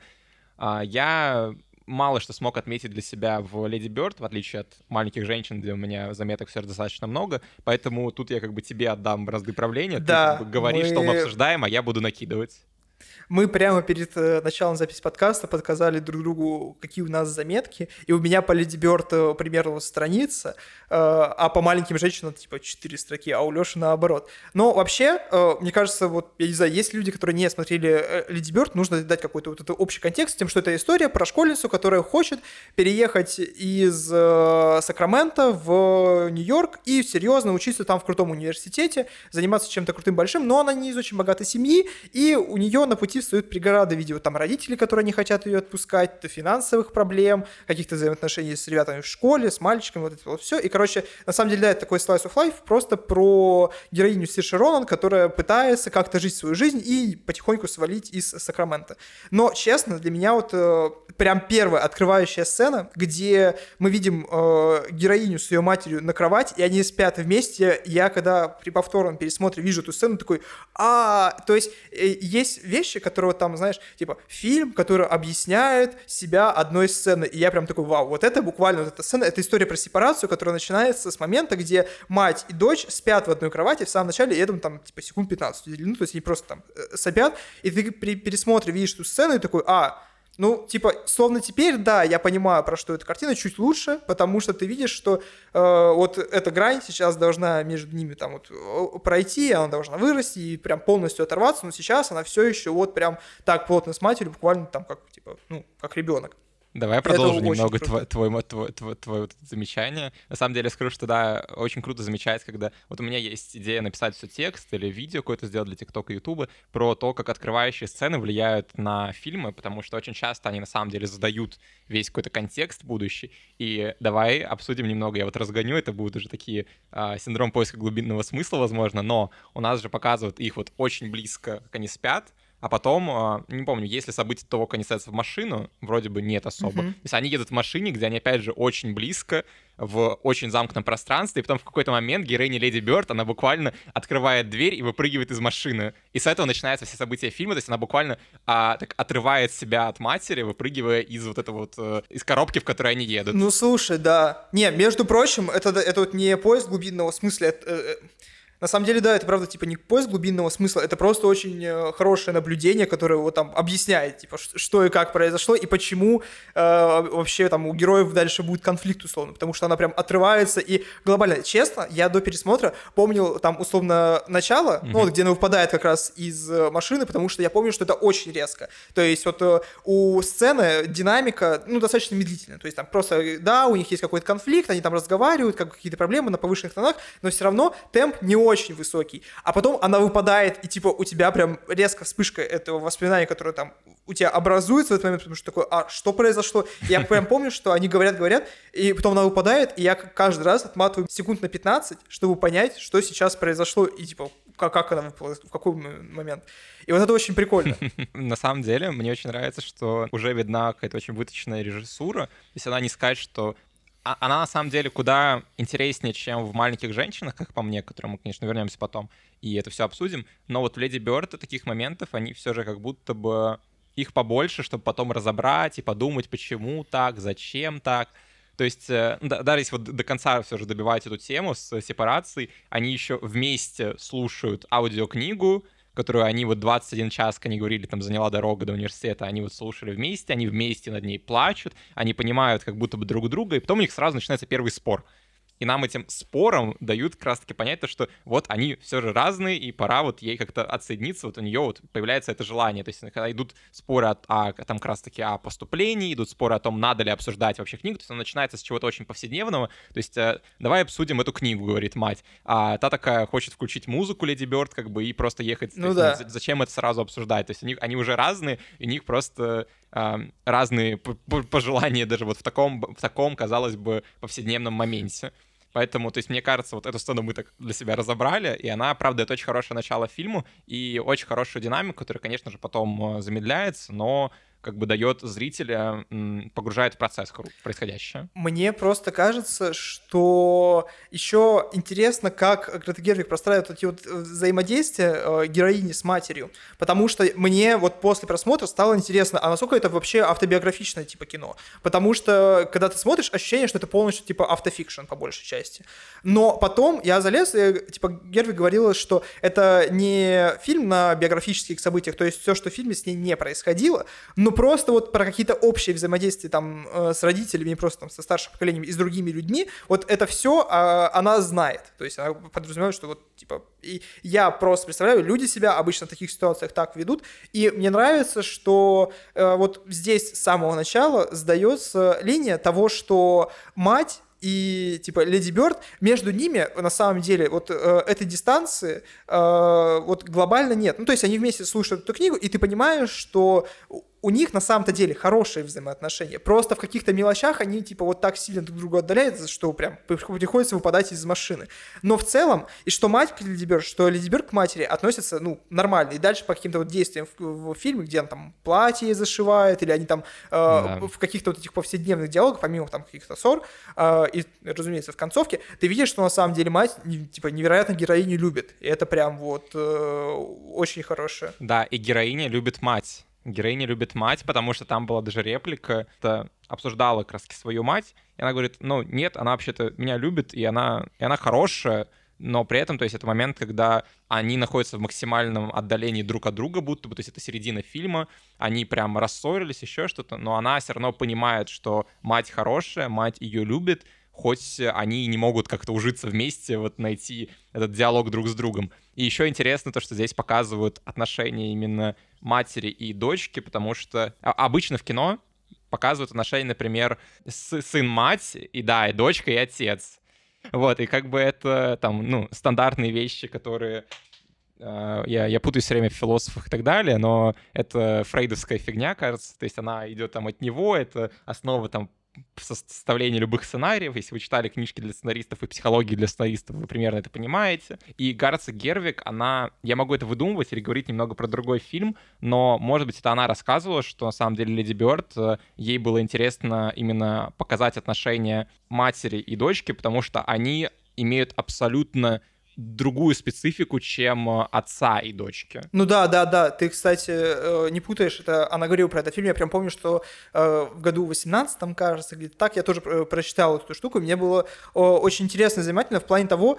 я мало что смог отметить для себя в «Леди Бёрд», в отличие от «Маленьких женщин», где у меня заметок все достаточно много, поэтому тут я как бы тебе отдам бразды правления, да, ты как бы говори, мы... что мы обсуждаем, а я буду накидывать. Мы прямо перед э, началом записи подкаста подсказали друг другу, какие у нас заметки, и у меня по Леди Бёрд примерно страница, э, а по «Маленьким женщинам» типа четыре строки, а у Лёши наоборот. Но вообще, э, мне кажется, вот, я не знаю, есть люди, которые не смотрели Леди Бёрд, нужно дать какой-то вот этот общий контекст, тем, что это история про школьницу, которая хочет переехать из э, Сакрамента в Нью-Йорк и серьезно учиться там в крутом университете, заниматься чем-то крутым большим, но она не из очень богатой семьи, и у нее на пути встают преграды в виде вот, там родителей, которые не хотят ее отпускать, то финансовых проблем, каких-то взаимоотношений с ребятами в школе, с мальчиками, вот это вот все. И, короче, на самом деле, да, это такой slice of life просто про героиню Сирши Ронан, которая пытается как-то жить свою жизнь и потихоньку свалить из Сакрамента. Но, честно, для меня вот э, прям первая открывающая сцена, где мы видим э, героиню с ее матерью на кровати, и они спят вместе. Я, когда при повторном пересмотре вижу эту сцену, такой, а, то есть э, есть вещи, которые вот там, знаешь, типа фильм, который объясняет себя одной сценой, и я прям такой, вау, вот это буквально вот эта сцена, это история про сепарацию, которая начинается с момента, где мать и дочь спят в одной кровати в самом начале, и этому там типа секунд пятнадцать уделено, то есть они просто там э, сопят, и ты при пересмотре видишь эту сцену и такой, а, ну, типа, словно теперь, да, я понимаю, про что эта картина, чуть лучше, потому что ты видишь, что э, вот эта грань сейчас должна между ними там вот пройти, она должна вырасти и прям полностью оторваться, но сейчас она все еще вот прям так плотно с матерью, буквально там как, типа, ну, как ребенок. Давай продолжим немного твое, твое, твое, твое, твое вот это замечание. На самом деле, скажу, что да, очень круто замечать, когда вот у меня есть идея написать все текст или видео какое-то сделать для ТикТока и Ютуба про то, как открывающие сцены влияют на фильмы, потому что очень часто они на самом деле задают весь какой-то контекст будущий. И давай обсудим немного, я вот разгоню, это будут уже такие а, синдром поиска глубинного смысла, возможно, но у нас же показывают их вот очень близко, как они спят. А потом, не помню, если события того, как они садятся в машину, вроде бы нет особо. Mm-hmm. То есть они едут в машине, где они, опять же, очень близко, в очень замкнутом пространстве, и потом в какой-то момент героиня Леди Бёрд, она буквально открывает дверь и выпрыгивает из машины. И с этого начинаются все события фильма, то есть она буквально а, так отрывает себя от матери, выпрыгивая из вот этого вот, э, из коробки, в которой они едут. Ну, слушай, да. Не, между прочим, это, это вот не поиск глубинного смысла, это... Э, На самом деле, да, это правда, типа, не поиск глубинного смысла, это просто очень э, хорошее наблюдение, которое вот там объясняет, типа, что и как произошло, и почему э, вообще там у героев дальше будет конфликт, условно, потому что она прям отрывается, и глобально, честно, я до пересмотра помнил там, условно, начало, mm-hmm. ну, вот, где она выпадает как раз из машины, потому что я помню, что это очень резко, то есть вот э, у сцены динамика, ну, достаточно медлительная, то есть там просто, да, у них есть какой-то конфликт, они там разговаривают, как какие-то проблемы на повышенных тонах, но все равно темп не очень очень высокий, а потом она выпадает, и типа у тебя прям резко вспышка этого воспоминания, которое там у тебя образуется в этот момент, потому что такое, а что произошло? Я прям помню, что они говорят-говорят, и потом она выпадает, и я каждый раз отматываю секунд на пятнадцать, чтобы понять, что сейчас произошло, и типа как, как она выпала, в какой момент. И вот это очень прикольно. На самом деле, мне очень нравится, что уже видна какая-то очень выточенная режиссура, то есть она не скажет, что она на самом деле куда интереснее, чем в «Маленьких женщинах», как по мне, к которым мы, конечно, вернемся потом, и это все обсудим. Но вот в «Леди Бёрд» таких моментов, они все же как будто бы их побольше, чтобы потом разобрать и подумать, почему так, зачем так. То есть, да, даже если вот до конца все же добивать эту тему с сепарацией, они еще вместе слушают аудиокнигу, которую они вот двадцать один час, как они говорили, там заняла дорога до университета, они вот слушали вместе, они вместе над ней плачут, они понимают как будто бы друг друга, и потом у них сразу начинается первый спор. И нам этим спором дают как раз-таки понять то, что вот они все же разные, и пора вот ей как-то отсоединиться, вот у нее вот появляется это желание. То есть когда идут споры о, о, там как раз-таки о поступлении, идут споры о том, надо ли обсуждать вообще книгу, то есть она начинается с чего-то очень повседневного. То есть э, давай обсудим эту книгу, говорит мать. А та такая хочет включить музыку Леди Бёрд, как бы, и просто ехать. Ну есть, да. ну, зачем это сразу обсуждать? То есть они, они уже разные, и у них просто... разные пожелания даже вот в таком, в таком, казалось бы, повседневном моменте. Поэтому, то есть, мне кажется, вот эту сцену мы так для себя разобрали, и она, правда, это очень хорошее начало фильму и очень хорошую динамику, которая, конечно же, потом э, замедляется, но как бы дает зрителя, м, погружает в процесс кру- происходящее. Мне просто кажется, что еще интересно, как Грета Гервиг простраивает вот эти вот взаимодействия э, героини с матерью, потому что мне вот после просмотра стало интересно, а насколько это вообще автобиографичное типа кино, потому что когда ты смотришь, ощущение, что это полностью типа автофикшн по большей части. Но потом я залез, и типа Гервиг говорила, что это не фильм на биографических событиях, то есть все, что в фильме с ней не происходило, но просто вот про какие-то общие взаимодействия там э, с родителями и просто там со старшим поколением и с другими людьми, вот это все э, она знает. То есть она подразумевает, что вот типа и я просто представляю, люди себя обычно в таких ситуациях так ведут, и мне нравится, что э, вот здесь с самого начала сдается линия того, что мать и, типа, Леди Бёрд, между ними, на самом деле, вот э, этой дистанции э, вот глобально нет. Ну, то есть они вместе слушают эту книгу, и ты понимаешь, что у них на самом-то деле хорошие взаимоотношения. Просто в каких-то мелочах они, типа, вот так сильно друг к другу отдаляются, что прям приходится выпадать из машины. Но в целом, и что мать к Леди Бёрд, что Леди Бёрд к матери относятся, ну, нормально. И дальше по каким-то вот действиям в, в фильме, где он там платье ей зашивает, или они там э, Да. в каких-то вот этих повседневных диалогах, помимо там каких-то ссор, э, и, разумеется, в концовке, ты видишь, что на самом деле мать, типа, невероятно героиню любит. И это прям вот э, очень хорошее. Да, и героиня любит мать. Героиня любит мать, потому что там была даже реплика, это обсуждала как раз свою мать, и она говорит, ну, нет, она вообще-то меня любит, и она, и она хорошая, но при этом, то есть это момент, когда они находятся в максимальном отдалении друг от друга, будто бы, то есть это середина фильма, они прям рассорились, еще что-то, но она все равно понимает, что мать хорошая, мать ее любит, хоть они не могут как-то ужиться вместе, вот найти этот диалог друг с другом. И еще интересно то, что здесь показывают отношения именно матери и дочки, потому что обычно в кино показывают отношения, например, сын-мать, и да, и дочка, и отец. Вот, и как бы это там, ну, стандартные вещи, которые... Uh, я, я путаюсь все время в философах и так далее, но это фрейдовская фигня, кажется. То есть она идет там от него, это основа там составления любых сценариев. Если вы читали книжки для сценаристов и психологии для сценаристов, вы примерно это понимаете. И Гарца Гервиг, она... Я могу это выдумывать или говорить немного про другой фильм, но, может быть, это она рассказывала, что на самом деле Леди Бёрд, ей было интересно именно показать отношения матери и дочки, потому что они имеют абсолютно другую специфику, чем отца и дочки. Ну да, да, да. Ты, кстати, не путаешь, это она говорила про этот фильм. Я прям помню, что в году восемнадцатом, кажется, где-то так, я тоже прочитал эту штуку, и мне было очень интересно и занимательно в плане того,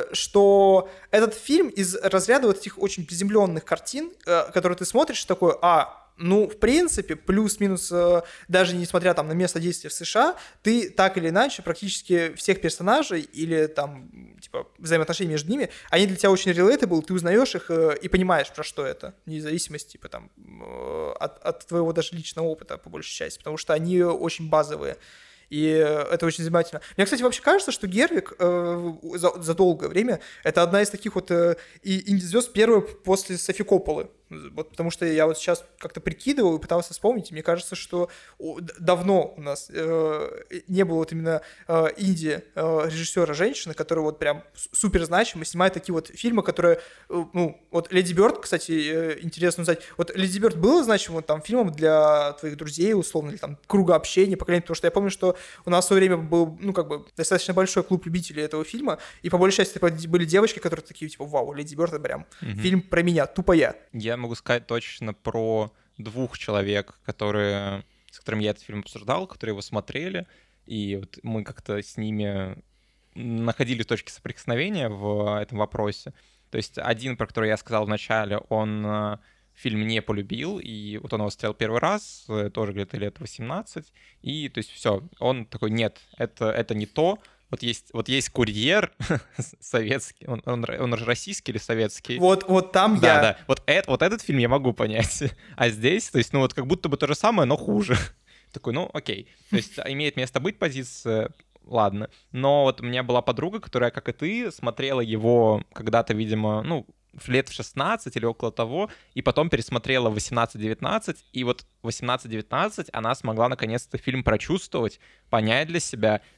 что этот фильм из разряда вот этих очень приземленных картин, которые ты смотришь, такой, а, ну, в принципе, плюс-минус, даже несмотря там на место действия в США, ты так или иначе практически всех персонажей или там, типа, взаимоотношения между ними, они для тебя очень relatable, ты узнаешь их и понимаешь, про что это, вне зависимости, типа, там, от, от твоего даже личного опыта, по большей части, потому что они очень базовые. И это очень занимательно. Мне, кстати, вообще кажется, что Гервиг э, за, за долгое время это одна из таких вот э, инди-звезд первая после Софи Копполы. Вот, потому что я вот сейчас как-то прикидывал и пытался вспомнить, и мне кажется, что давно у нас э, не было вот именно э, инди-режиссера женщины, которая вот прям супер значима, снимает такие вот фильмы, которые, э, ну, вот Леди Бёрд, кстати, э, интересно узнать, вот Леди Бёрд было значимым там фильмом для твоих друзей, условно, или там круга общения, поколения, потому что я помню, что у нас в свое время был, ну, как бы, достаточно большой клуб любителей этого фильма, и по большей части были девочки, которые такие, типа, вау, Леди Бёрд, это прям mm-hmm. фильм про меня, тупо я. Я могу сказать точно про двух человек, которые, с которыми я этот фильм обсуждал, которые его смотрели, и вот мы как-то с ними находили точки соприкосновения в этом вопросе. То есть один, про который я сказал в начале, он фильм не полюбил, и вот он его смотрел первый раз, тоже где-то лет восемнадцать, и то есть все, он такой, нет, это, это не то. Вот есть, вот есть «Курьер» советский, он, он, он же российский или советский? Вот, вот там да, я... Да, вот, это, вот этот фильм я могу понять, а здесь, то есть, ну вот как будто бы то же самое, но хуже. Такой, ну окей, то есть имеет место быть позиция, ладно. Но вот у меня была подруга, которая, как и ты, смотрела его когда-то, видимо, ну, лет в шестнадцать или около того, и потом пересмотрела в восемнадцать-девятнадцать, и вот в восемнадцать-девятнадцать она смогла наконец-то фильм прочувствовать, понять для себя,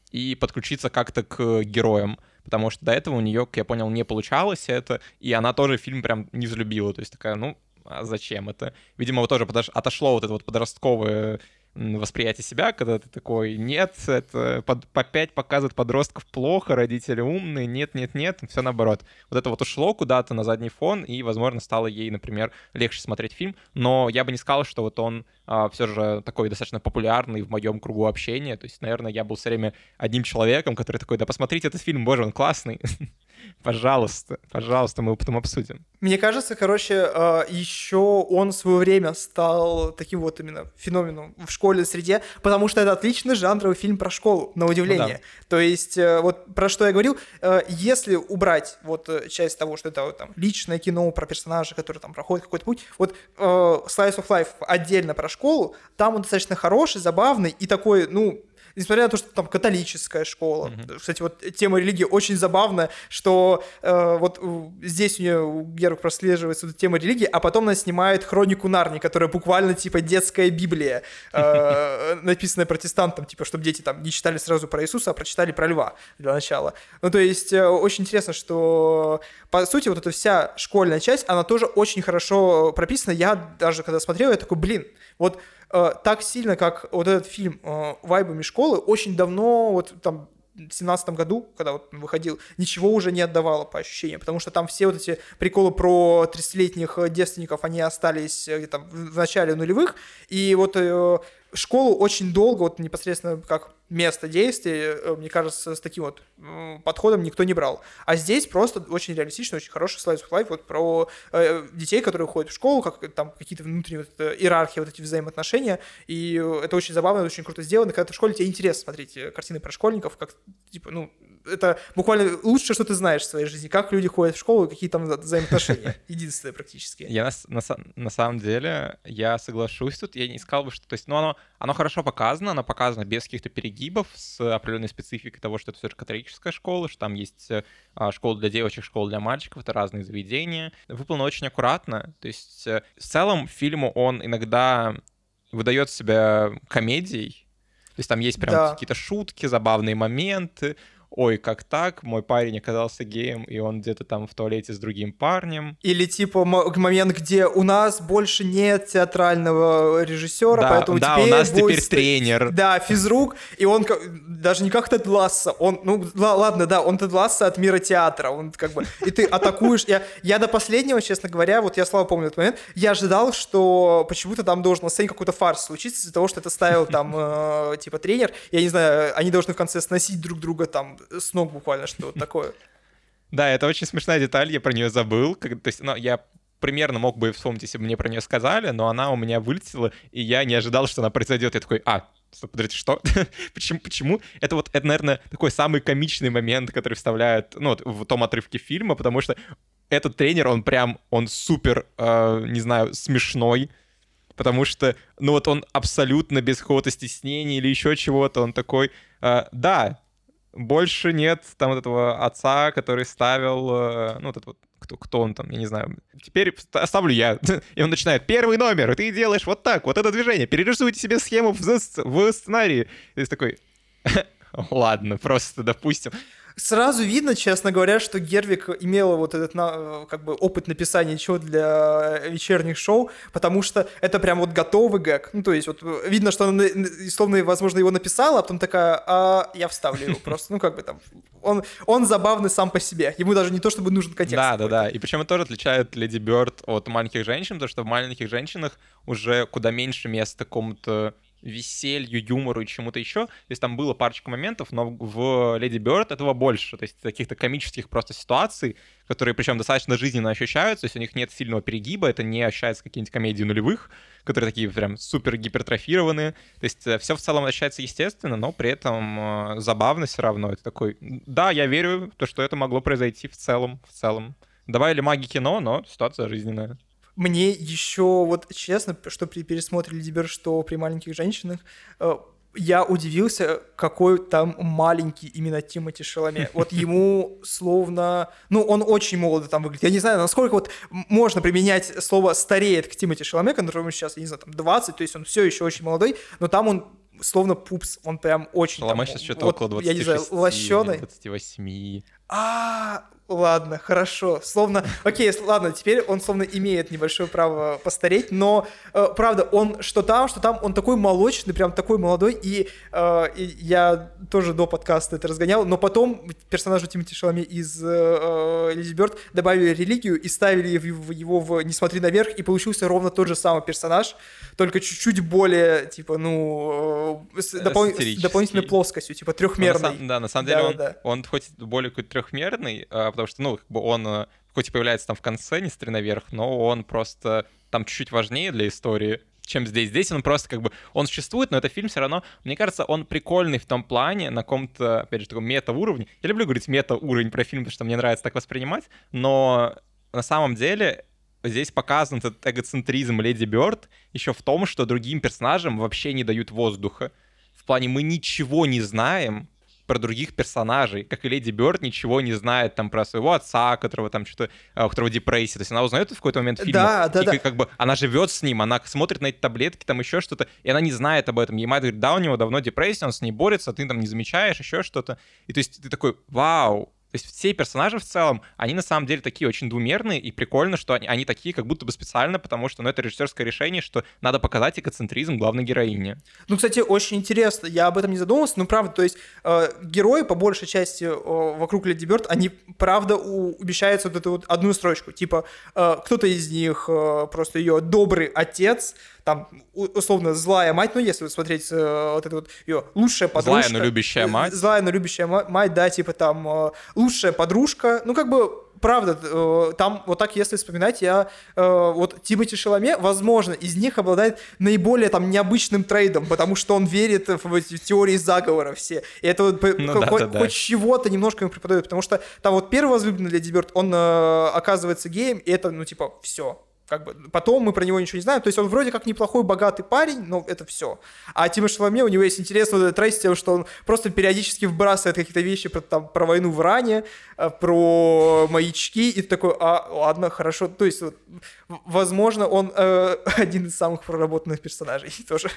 и подключиться как-то к героям, потому что до этого у нее, как я понял, не получалось это, и она тоже фильм прям не взлюбила, то есть такая, ну, а зачем это? Видимо, вот тоже подош... отошло вот это вот подростковое восприятие себя, когда ты такой, нет, это под, по пять показывает подростков плохо, родители умные, нет, нет, нет, все наоборот. Вот это вот ушло куда-то на задний фон, и, возможно, стало ей, например, легче смотреть фильм, но я бы не сказал, что вот он а, все же такой достаточно популярный в моем кругу общения, то есть, наверное, я был все время одним человеком, который такой, да посмотрите этот фильм, боже, он классный. Пожалуйста, пожалуйста, мы его потом обсудим. Мне кажется, короче, еще он в свое время стал таким вот именно феноменом в школьной среде, потому что это отличный жанровый фильм про школу, на удивление. Ну, да. То есть, вот про что я говорил, если убрать вот часть того, что это вот, там личное кино про персонажа, который там проходит какой-то путь, вот Slice of Life отдельно про школу, там он достаточно хороший, забавный и такой, ну, несмотря на то, что там католическая школа. Mm-hmm. Кстати, вот тема религии очень забавная, что э, вот здесь у нее у Гервик прослеживается вот тема религии, а потом она снимает «Хронику Нарнии», которая буквально типа детская Библия, э, написанная протестантом, типа, чтобы дети там не читали сразу про Иисуса, а прочитали про льва для начала. Ну, то есть, э, очень интересно, что, по сути, вот эта вся школьная часть, она тоже очень хорошо прописана. Я даже, когда смотрел, я такой, блин, вот Uh, так сильно, как вот этот фильм uh, «Вайбами школы», очень давно, вот там в семнадцатом году, когда вот выходил, ничего уже не отдавало по ощущениям, потому что там все вот эти приколы про тридцатилетних девственников, они остались где-то в начале нулевых, и вот uh, школу очень долго, вот непосредственно как место действия, мне кажется, с таким вот подходом никто не брал. А здесь просто очень реалистично, очень хороший slice of life вот про э, детей, которые ходят в школу, как там какие-то внутренние вот, иерархии, вот эти взаимоотношения, и это очень забавно, очень круто сделано. Когда ты в школе, тебе интересно смотреть картины про школьников, как, типа, ну, это буквально лучшее, что ты знаешь в своей жизни, как люди ходят в школу и какие там взаимоотношения. Единственное практически. Я на, на, на самом деле, я соглашусь тут, я не сказал бы, что, то есть, ну, оно, оно хорошо показано, оно показано без каких-то перегибов, с определенной спецификой того, что это все же католическая школа, что там есть а, школа для девочек, школа для мальчиков, это разные заведения. Выполнено очень аккуратно, то есть в целом фильму он иногда выдает себя комедией, то есть там есть прям да. какие-то шутки, забавные моменты. Ой, как так? Мой парень оказался геем, и он где-то там в туалете с другим парнем. Или типа м- момент, где у нас больше нет театрального режиссера, да, поэтому да, теперь у нас будет... теперь тренер. Да, физрук, и он как... даже не как Тед Лассо, он, ну ладно, да, он Тед Лассо от мира театра, он как бы... И ты атакуешь... Я, я до последнего, честно говоря, вот я, слава помню этот момент, я ожидал, что почему-то там должен на сцене какой-то фарс случиться из-за того, что это ставил там, э, типа, тренер, я не знаю, они должны в конце сносить друг друга там с ног буквально, что-то такое. Да, это очень смешная деталь, я про нее забыл. Как, то есть, ну, я примерно мог бы вспомнить, если бы мне про нее сказали, но она у меня вылетела, и я не ожидал, что она произойдет. Я такой, а, стоп, подождите, что? почему, почему? Это вот, это, наверное, такой самый комичный момент, который вставляют, ну, вот, в том отрывке фильма, потому что этот тренер, он прям, он супер, э, не знаю, смешной, потому что, ну, вот он абсолютно без какого-то стеснения или еще чего-то, он такой, э, да, больше нет там вот этого отца, который ставил, э, ну, вот этот вот, кто, кто он там, я не знаю. Теперь ставлю я. И он начинает, первый номер, и ты делаешь вот так, вот это движение, перерисуйте себе схему в, в сценарии. И ты такой, ладно, просто допустим. Сразу видно, честно говоря, что Гервик имела вот этот как бы опыт написания чего для вечерних шоу, потому что это прям вот готовый гэг. Ну, то есть вот видно, что она, условно, возможно, его написала, а потом такая, а я вставлю его просто. Ну, как бы там, он, он забавный сам по себе. Ему даже не то, чтобы нужен контекст. Да, да, да. И причем это тоже отличает Леди Бёрд от маленьких женщин, потому что в маленьких женщинах уже куда меньше места какому-то веселью, юмору и чему-то еще. То есть там было парочку моментов, но в Леди Бёрд этого больше. То есть каких-то комических просто ситуаций, которые причем достаточно жизненно ощущаются. То есть у них нет сильного перегиба, это не ощущается какие-нибудь комедии нулевых, которые такие прям супер гипертрофированные. То есть все в целом ощущается естественно, но при этом забавно все равно. Это такой, да, я верю, то, что это могло произойти в целом, в целом. Добавили маги кино, но ситуация жизненная. Мне еще, вот честно, что при пересмотре Леди Бёрд, что при маленьких женщинах, я удивился, какой там маленький именно Тимоти Шаламе. Вот ему словно... Ну, он очень молодо там выглядит. Я не знаю, насколько вот можно применять слово «стареет» к Тимоти Шаламе, которому сейчас, я не знаю, там двадцать, то есть он все еще очень молодой, но там он словно пупс, он прям очень... Шаломе там, сейчас что-то вот, около я двадцати не знаю, шести, лощеный. двадцати восьми. А, ладно, хорошо. Словно, окей, ладно, теперь он словно имеет небольшое право постареть, но, э, правда, он что там, что там, он такой молочный, прям такой молодой, и, э, и я тоже до подкаста это разгонял, но потом персонажу Тимоти Шаломе из э, Леди Бёрд добавили религию и ставили его, его в «Не смотри наверх», и получился ровно тот же самый персонаж, только чуть-чуть более, типа, ну, э, с, допол- с дополнительной плоскостью, типа, трехмерной. На, да, на самом деле да, он, да. он хоть более какой-то трехмерный, а, потому что, ну, как бы он а, хоть и появляется там в конце, не смотри наверх, но он просто там чуть-чуть важнее для истории, чем здесь. Здесь он просто как бы, он существует, но этот фильм все равно, мне кажется, он прикольный в том плане, на каком-то, опять же, таком мета-уровне. Я люблю говорить мета-уровень про фильм, потому что мне нравится так воспринимать, но на самом деле здесь показан этот эгоцентризм Леди Бёрд еще в том, что другим персонажам вообще не дают воздуха. В плане мы ничего не знаем про других персонажей, как и Леди Бёрд ничего не знает там про своего отца, которого там что-то, у которого депрессия. То есть она узнает в какой-то момент фильма, да, да, и да. как бы она живет с ним, она смотрит на эти таблетки, там еще что-то, и она не знает об этом. Ей мать говорит, да, у него давно депрессия, он с ней борется, ты там не замечаешь, еще что-то. И то есть ты такой, вау. То есть все персонажи в целом, они на самом деле такие очень двумерные, и прикольно, что они, они такие как будто бы специально, потому что, ну, это режиссерское решение, что надо показать эгоцентризм главной героини. Ну, кстати, очень интересно, я об этом не задумывался, но правда, то есть э, герои, по большей части, э, вокруг Леди Бёрд, они, правда, у, умещаются вот эту вот одну строчку, типа, э, кто-то из них э, просто ее добрый отец, там, условно, злая мать, ну, если вот смотреть э, вот эту вот ее лучшая подружка. Злая, но любящая мать. Злая, но любящая мать, да, типа там э, лучшая подружка, ну, как бы, правда, э, там вот так, если вспоминать, я, э, вот Тимоти Шаломе, возможно, из них обладает наиболее там необычным трейдом, потому что он верит в, в теории заговора все, и это вот ну, хоть, да, хоть, да, да. хоть чего-то немножко ему преподает, потому что там вот первый возлюбленный Леди Бёрд, он э, оказывается геем, и это, ну, типа, все. Как бы, потом мы про него ничего не знаем. То есть он вроде как неплохой, богатый парень, но это все. А Тимоти Шаломе, у него есть интересный вот этот трейд с тем, что он просто периодически вбрасывает какие-то вещи про, там, про войну в Иране, про маячки, и ты такой, а, ладно, хорошо. То есть, вот, возможно, он э, один из самых проработанных персонажей тоже.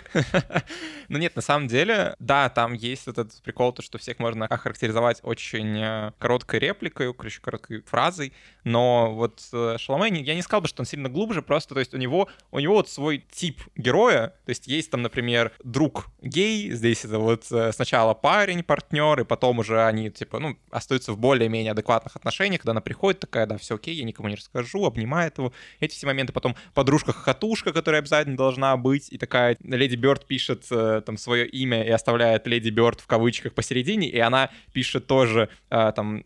Ну нет, на самом деле, да, там есть этот прикол, то, что всех можно охарактеризовать очень короткой репликой, короче, короткой фразой, но вот Шаломе, я не сказал бы, что он сильно глубже, просто, то есть у него, у него вот свой тип героя, то есть есть там, например, друг гей, здесь это вот сначала парень, партнер, и потом уже они, типа, ну, остаются в более-менее адекватных отношениях, когда она приходит, такая, да, все окей, я никому не расскажу, обнимает его, эти все моменты, потом подружка-хохотушка, которая обязательно должна быть, и такая Леди Бёрд пишет там свое имя и оставляет Леди Бёрд в кавычках посередине, и она пишет тоже там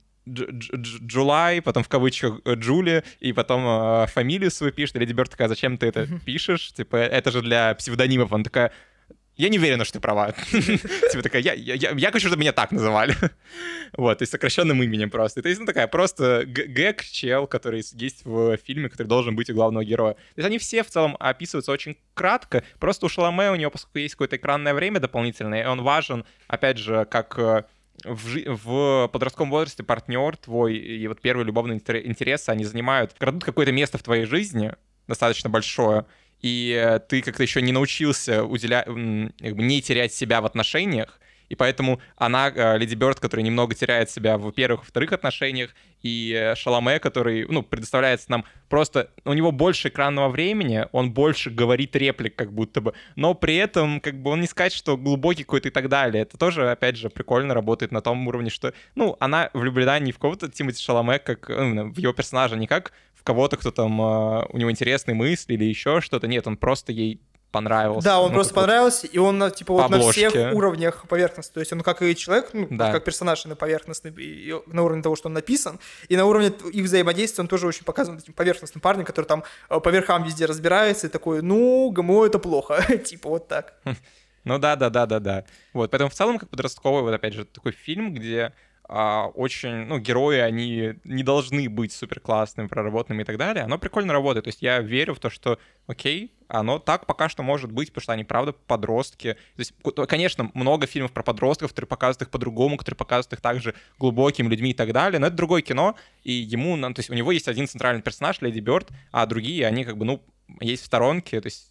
Джулай, потом в кавычках Джули, и потом э, фамилию свою пишет. И Леди Бёрд такая, зачем ты это пишешь? Типа, это же для псевдонимов. Она такая, я не уверена, что ты права. Типа такая, я, я, я хочу, чтобы меня так называли. Вот, то есть сокращенным именем просто. То есть, ну, такая просто гэг, чел, который есть в фильме, который должен быть у главного героя. То есть они все в целом описываются очень кратко. Просто у Шаломе, у него, поскольку есть какое-то экранное время дополнительное, и он важен, опять же, как... В, жи- в подростковом возрасте партнер твой и вот первые любовные интересы, они занимают, крадут какое-то место в твоей жизни, достаточно большое, и ты как-то еще не научился уделять, как бы не терять себя в отношениях, и поэтому она, Леди Бёрд, которая немного теряет себя в первых и вторых отношениях, и Шаломе, который, ну, предоставляется нам просто... У него больше экранного времени, он больше говорит реплик как будто бы, но при этом, как бы, он не сказать, что глубокий какой-то и так далее. Это тоже, опять же, прикольно работает на том уровне, что, ну, она влюблена не в кого-то Тимоти Шаломе, как ну, в его персонажа, не как в кого-то, кто там, у него интересные мысли или еще что-то. Нет, он просто ей понравился. Да, он ну, просто понравился, вот, и он, типа, вот на всех уровнях поверхностный. То есть он как и человек, ну, да. как персонаж на поверхностный, на уровне того, что он написан, и на уровне их взаимодействия он тоже очень показан таким поверхностным парнем, который там по верхам везде разбирается, и такой, ну, ГМО — это плохо, типа вот так. Ну да-да-да-да-да. Вот, поэтому в целом, как подростковый, вот опять же, такой фильм, где а, очень, ну, герои, они не должны быть супер классными, проработанными и так далее, оно прикольно работает. То есть я верю в то, что, окей, оно так пока что может быть, потому что они, правда, подростки. То есть, конечно, много фильмов про подростков, которые показывают их по-другому, которые показывают их также глубокими людьми и так далее, но это другое кино, и ему, ну, то есть у него есть один центральный персонаж, Леди Бёрд, а другие, они как бы, ну, есть в сторонке, то есть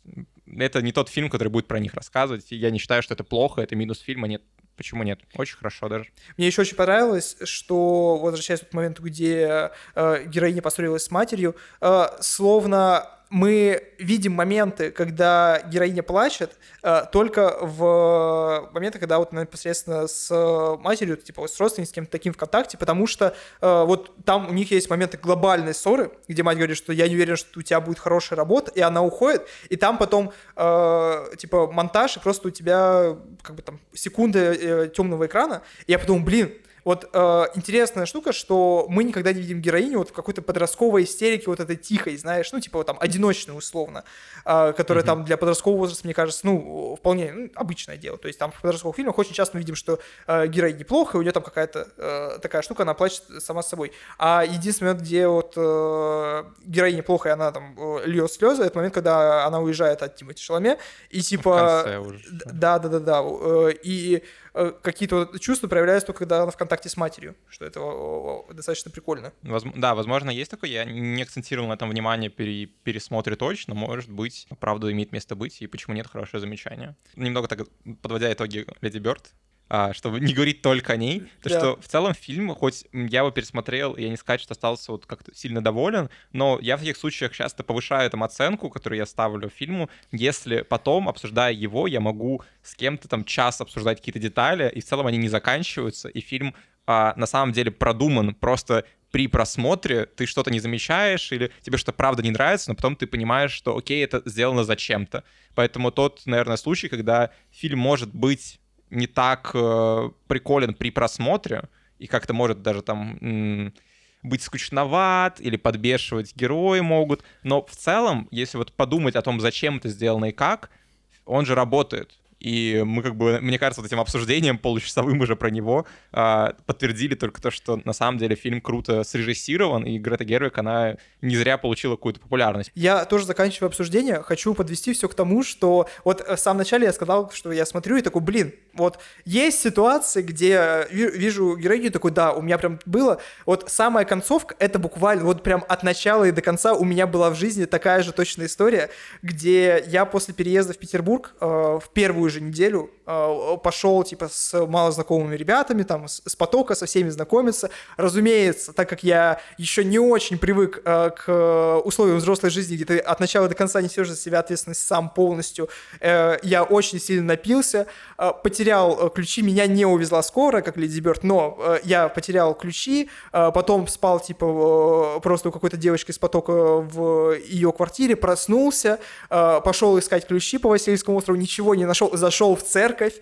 это не тот фильм, который будет про них рассказывать. И я не считаю, что это плохо, это минус фильма, нет. Почему нет? Очень хорошо даже. Мне еще очень понравилось, что, возвращаясь к моменту, где э, героиня поссорилась с матерью, э, словно мы видим моменты, когда героиня плачет, э, только в моменты, когда вот она непосредственно с матерью, типа с родственником, с кем-то таким в контакте, потому что э, вот там у них есть моменты глобальной ссоры, где мать говорит, что я не уверен, что у тебя будет хорошая работа, и она уходит, и там потом э, типа монтаж, и просто у тебя как бы там секунды э, темного экрана, и я подумал, блин, вот э, интересная штука, что мы никогда не видим героиню вот в какой-то подростковой истерике, вот этой тихой, знаешь, ну, типа вот там одиночной условно, э, которая mm-hmm. там для подросткового возраста, мне кажется, ну, вполне ну, обычное дело. То есть там в подростковых фильмах очень часто мы видим, что э, героиня неплохо, и у нее там какая-то э, такая штука, она плачет сама с собой. А единственный момент, где вот э, героиня плохо, и она там э, льет слезы, это момент, когда она уезжает от Тимоти Шаламе, и типа... Да-да-да-да. Э, и какие-то чувства проявляются только когда она в контакте с матерью, что это достаточно прикольно. Возможно, да, возможно, есть такое. Я не акцентировал на этом внимание при пересмотре точно, может быть, правда имеет место быть, и почему нет, хорошее замечание. Немного так подводя итоги Леди Бёрд, а, чтобы не говорить только о ней, то да. что в целом фильм, хоть я его пересмотрел, я не сказать, что остался вот как-то сильно доволен, но я в таких случаях часто повышаю там оценку, которую я ставлю фильму, если потом, обсуждая его, я могу с кем-то там час обсуждать какие-то детали, и в целом они не заканчиваются, и фильм а, на самом деле продуман, просто при просмотре ты что-то не замечаешь или тебе что-то правда не нравится, но потом ты понимаешь, что окей, это сделано зачем-то. Поэтому тот, наверное, случай, когда фильм может быть не так э, приколен при просмотре, и как-то может даже там м- быть скучноват, или подбешивать герои могут, но в целом, если вот подумать о том, зачем это сделано и как, он же работает. И мы как бы, мне кажется, вот этим обсуждением получасовым уже про него э, подтвердили только то, что на самом деле фильм круто срежиссирован, и Грета Гервиг, она не зря получила какую-то популярность. Я тоже, заканчивая обсуждение, хочу подвести все к тому, что вот в самом начале я сказал, что я смотрю и такой, блин, вот есть ситуации, где вижу героиню такой, да, у меня прям было, вот самая концовка, это буквально вот прям от начала и до конца у меня была в жизни такая же точная история, где я после переезда в Петербург э, в первую же неделю э, пошел типа с малознакомыми ребятами, там с, с потока со всеми знакомиться. Разумеется, так как я еще не очень привык э, к условиям взрослой жизни, где ты от начала до конца несешь за себя ответственность сам полностью, э, я очень сильно напился, э, потерял ключи, меня не увезла скорая, как Леди Бёрд, но э, я потерял ключи, э, потом спал типа э, просто у какой-то девочки из потока в ее квартире, проснулся, э, пошел искать ключи по Васильевскому острову, ничего не нашел, зашел в церковь,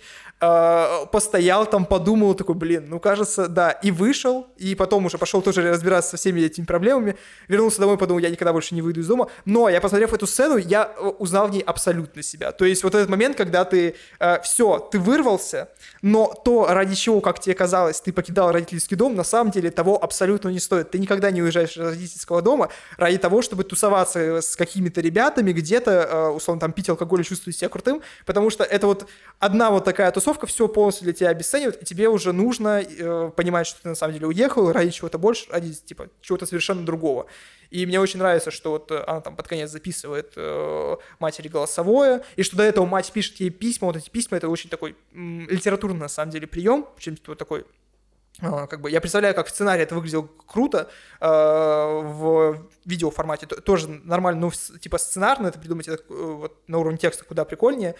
э, постоял там, подумал, такой, блин, ну, кажется, да, и вышел, и потом уже пошел тоже разбираться со всеми этими проблемами, вернулся домой, подумал, я никогда больше не выйду из дома, но я, посмотрев эту сцену, я узнал в ней абсолютно себя, то есть вот этот момент, когда ты, э, все, ты вырвался, но то, ради чего, как тебе казалось, ты покидал родительский дом, на самом деле того абсолютно не стоит, ты никогда не уезжаешь из родительского дома ради того, чтобы тусоваться с какими-то ребятами, где-то, э, условно, там, пить алкоголь и чувствовать себя крутым, потому что это вот одна вот такая тусовка, все полностью для тебя обесценивает, и тебе уже нужно э, понимать, что ты на самом деле уехал ради чего-то больше, ради типа чего-то совершенно другого. И мне очень нравится, что вот она там под конец записывает э, матери голосовое, и что до этого мать пишет ей письма, вот эти письма, это очень такой м, литературный на самом деле прием, чем-то вот такой. Как бы, я представляю, как в сценарии это выглядело круто, э, в видеоформате тоже нормально, ну, типа сценарно это придумать это, вот, на уровне текста куда прикольнее.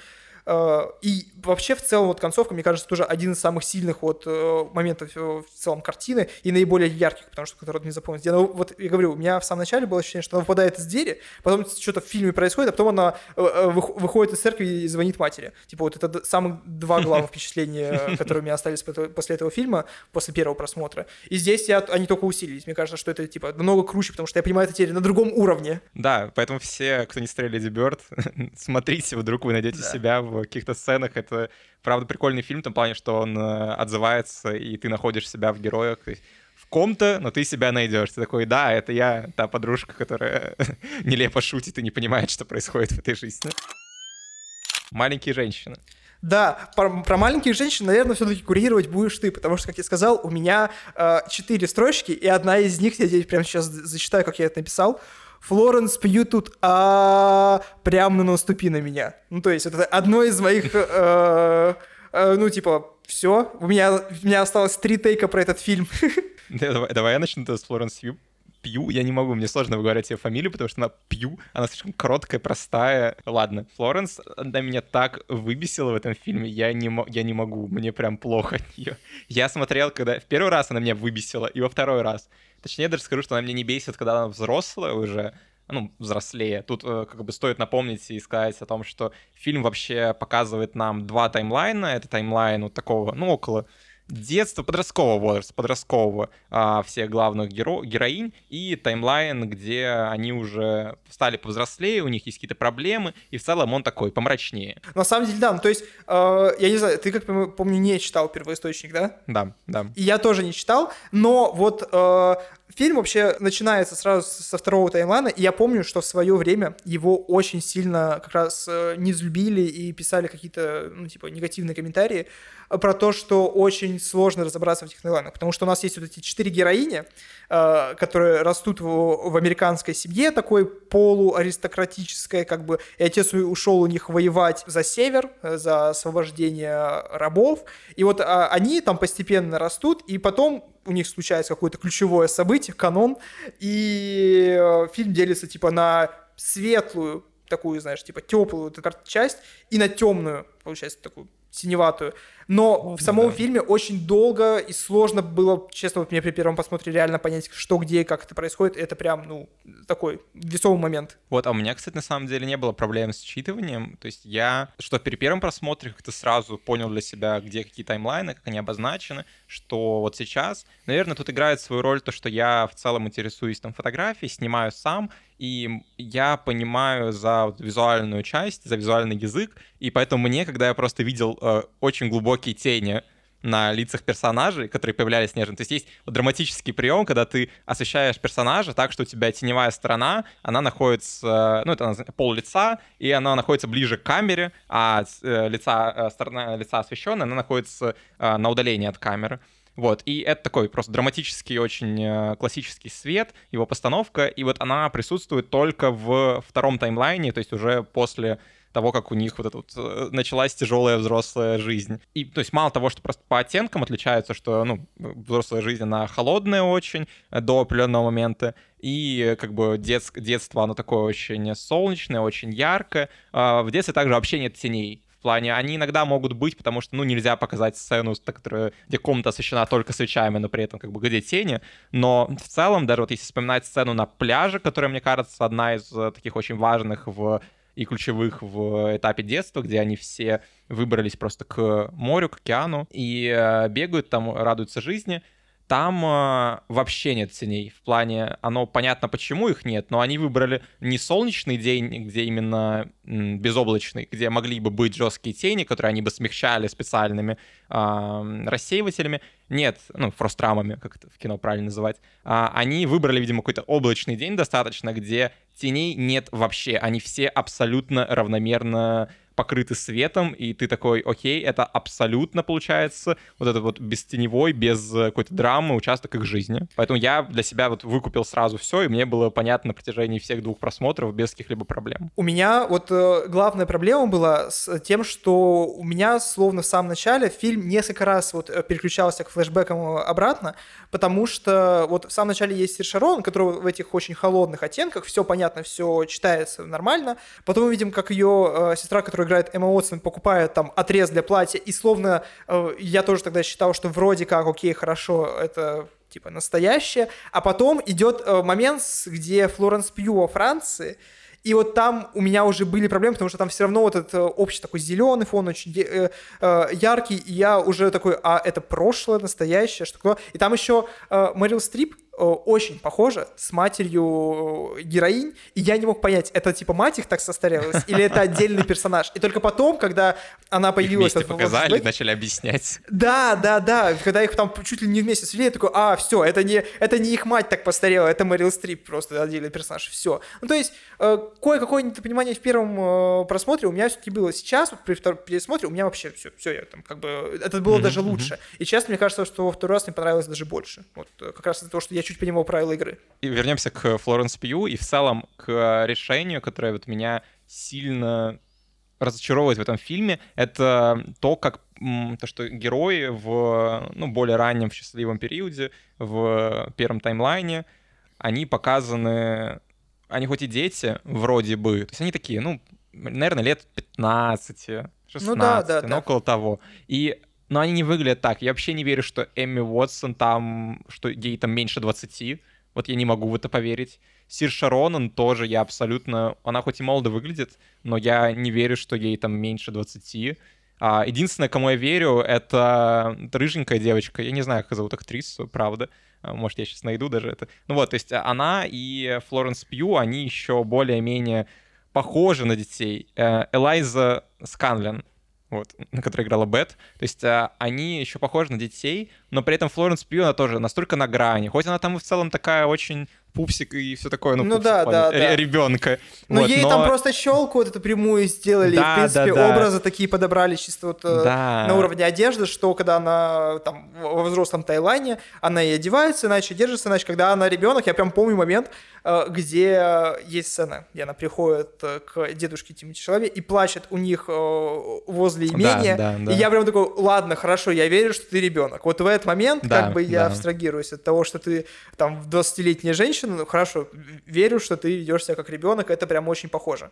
И вообще в целом вот концовка, мне кажется, тоже один из самых сильных вот моментов в целом картины и наиболее ярких, потому что который мне запомнился. Я, ну, вот я говорю, у меня в самом начале было ощущение, что она выпадает из двери, потом что-то в фильме происходит, а потом она выходит из церкви и звонит матери. Типа вот это самых два главных впечатления, которые у меня остались после этого фильма, после первого просмотра. И здесь я, они только усилились. Мне кажется, что это типа много круче, потому что я понимаю это теперь на другом уровне. Да, поэтому все, кто не смотрели Леди Бёрд, смотрите, вдруг вы найдете да. себя в каких-то сценах. Это, правда, прикольный фильм в том плане, что он э, отзывается, и ты находишь себя в героях. В ком-то, но ты себя найдешь. Ты такой, да, это я, та подружка, которая нелепо шутит и не понимает, что происходит в этой жизни. Маленькие женщины. Да, про, про маленьких женщин, наверное, все-таки курировать будешь ты, потому что, как я сказал, у меня э, четыре строчки, и одна из них, я здесь прямо сейчас зачитаю, как я это написал. Флоренс Пью тут а прямо наступи на меня. Ну, то есть это одно из моих, э, э, ну, типа, все, у меня, у меня осталось три тейка про этот фильм. Давай, давай я начну с Флоренс Пью. Пью, я не могу, мне сложно выговаривать ее фамилию, потому что она Пью, она слишком короткая, простая. Ладно, Флоренс, она меня так выбесила в этом фильме, я не, мо- я не могу, мне прям плохо от нее. Я смотрел, когда... В первый раз она меня выбесила, и во второй раз. Точнее, я даже скажу, что она меня не бесит, когда она взрослая уже, ну, взрослее. Тут э, как бы стоит напомнить и сказать о том, что фильм вообще показывает нам два таймлайна. Это таймлайн вот такого, ну, около детства, подросткового возраста, подросткового а, всех главных геро- героинь, и таймлайн, где они уже стали повзрослее, у них есть какие-то проблемы, и в целом он такой помрачнее. На самом деле, да, ну, то есть, э, я не знаю, ты, как пом- помню, не читал «Первоисточник», да? Да, да. И я тоже не читал, но вот э, фильм вообще начинается сразу со второго таймлайна, и я помню, что в свое время его очень сильно как раз э, не взлюбили и писали какие-то, ну, типа, негативные комментарии про то, что очень сложно разобраться в этих таймлайнах, потому что у нас есть вот эти четыре героини, э, которые растут в, в американской семье, такой полуаристократической, как бы, и отец ушел у них воевать за север, за освобождение рабов, и вот а, они там постепенно растут, и потом у них случается какое-то ключевое событие, канон, и э, фильм делится типа на светлую, такую, знаешь, типа теплую вот эту часть, и на темную, получается, такую синеватую. Но Ладно, в самом да. фильме очень долго и сложно было, честно, вот мне при первом просмотре реально понять, что, где и как это происходит. Это прям, ну, такой весомый момент. Вот, а у меня, кстати, на самом деле не было проблем с считыванием. То есть я, что при первом просмотре как-то сразу понял для себя, где какие таймлайны, как они обозначены, что вот сейчас, наверное, тут играет свою роль то, что я в целом интересуюсь там фотографией, снимаю сам, и я понимаю за вот визуальную часть, за визуальный язык, и поэтому мне, когда я просто видел э, очень глубокие тени на лицах персонажей, которые появлялись нежно. То есть есть вот драматический прием, когда ты освещаешь персонажа так, что у тебя теневая сторона, она находится, ну, это пол лица, и она находится ближе к камере, а лица, сторона лица освещенная, она находится на удалении от камеры. Вот, и это такой просто драматический, очень классический свет, его постановка, и вот она присутствует только в втором таймлайне, то есть уже после того, как у них вот эта вот началась тяжелая взрослая жизнь. И, то есть, мало того, что просто по оттенкам отличаются, что, ну, взрослая жизнь, она холодная очень до определенного момента, и, как бы, детск, детство, оно такое очень солнечное, очень яркое. В детстве также вообще нет теней. В плане, они иногда могут быть, потому что, ну, нельзя показать сцену, которая, где комната освещена только свечами, но при этом, как бы, где тени. Но в целом, даже вот если вспоминать сцену на пляже, которая, мне кажется, одна из таких очень важных в и ключевых в этапе детства, где они все выбрались просто к морю, к океану, и э, бегают там, радуются жизни. Там э, вообще нет теней. В плане, оно понятно, почему их нет, но они выбрали не солнечный день, где именно м, безоблачный, где могли бы быть жесткие тени, которые они бы смягчали специальными э, рассеивателями. Нет, ну, фрострамами, как это в кино правильно называть. А, они выбрали, видимо, какой-то облачный день достаточно, где теней нет вообще. Они все абсолютно равномерно покрыты светом, и ты такой, окей, это абсолютно, получается, вот этот вот бестеневой, без какой-то драмы участок их жизни. Поэтому я для себя вот выкупил сразу все, и мне было понятно на протяжении всех двух просмотров без каких-либо проблем. У меня вот э, главная проблема была с тем, что у меня словно в самом начале фильм несколько раз вот переключался к флешбэкам обратно, потому что вот в самом начале есть Сир Шарон, который в этих очень холодных оттенках, все понятно, все читается нормально. Потом мы видим, как ее э, сестра, которая играет Эмма Уотсон, покупает там отрез для платья, и словно э, я тоже тогда считал, что вроде как, окей, хорошо, это типа настоящее, а потом идет э, момент, где Флоренс Пью во Франции, и вот там у меня уже были проблемы, потому что там все равно вот этот э, общий такой зеленый фон, очень э, э, яркий, и я уже такой, а это прошлое, настоящее, что такое? И там еще э, Мэрил Стрип очень похожа с матерью героинь, и я не мог понять, это типа мать их так состарелась, или это отдельный персонаж. И только потом, когда она появилась... Их вместе показали, вот, начали объяснять. Да, да, да, когда их там чуть ли не вместе свели, я такой, а, все, это не, это не их мать так постарела, это Мэрил Стрип, просто отдельный персонаж, все. Ну, то есть, э, кое-какое недопонимание в первом э, просмотре у меня все-таки было. Сейчас, вот при втором пересмотре, у меня вообще все, все, я там как бы, это было mm-hmm, даже лучше. Mm-hmm. И честно, мне кажется, что во второй раз мне понравилось даже больше. Вот, как раз из-за того, что я чуть-чуть понимал правила игры. И вернемся к Флоренс Пью и в целом к решению, которое вот меня сильно разочаровывает в этом фильме. Это то, как то, что герои в ну, более раннем в счастливом периоде, в первом таймлайне, они показаны... Они хоть и дети, вроде бы, то есть они такие, ну, наверное, лет пятнадцать, шестнадцать, ну, да, да, ну да. около того. И, но они не выглядят так. Я вообще не верю, что Эмми Уотсон там, что ей там меньше двадцати. Вот я не могу в это поверить. Сирша Ронан тоже я абсолютно... Она хоть и молодо выглядит, но я не верю, что ей там меньше двадцати. А, единственное, кому я верю, это рыженькая девочка. Я не знаю, как зовут актрису, правда. Может, я сейчас найду даже это. Ну вот, то есть она и Флоренс Пью, они еще более-менее похожи на детей. Элайза Сканлен, вот, на которой играла Бет. То есть они еще похожи на детей, но при этом Флоренс Пью, она тоже настолько на грани. Хоть она там в целом такая очень пупсик и все такое, ну, ну пупсик, да, да, да. ребенка. Но вот, ей но... там просто щелку вот эту прямую сделали, да, и, в принципе, да, да. образы такие подобрали чисто вот да. на уровне одежды, что когда она там во взрослом Тайлайне, она и одевается иначе, держится иначе. Когда она ребенок, я прям помню момент, где есть сцена, где она приходит к дедушке Тимоти Шаламе и плачет у них возле имения, да, да, да. и я прям такой, ладно, хорошо, я верю, что ты ребенок. Вот в этот момент да, как бы я да. абстрагируюсь от того, что ты там двадцатилетняя женщина, ну хорошо, верю, что ты ведешь себя как ребенок, это прям очень похоже.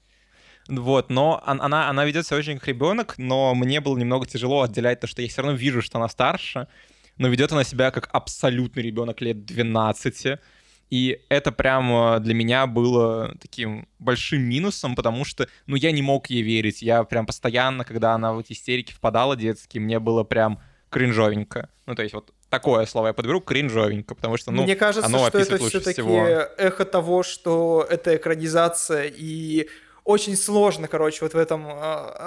Вот, но она, она ведет себя очень как ребенок, но мне было немного тяжело отделять то, что я все равно вижу, что она старше, но ведет она себя как абсолютный ребенок лет двенадцати. И это прям для меня было таким большим минусом, потому что, ну, я не мог ей верить. Я прям постоянно, когда она в эти истерики впадала детские, мне было прям кринжовенько. Ну, то есть вот такое слово я подберу, кринжовенько, потому что, ну, мне кажется, оно что это все-таки всего... эхо того, что это экранизация, и очень сложно, короче, вот в этом э,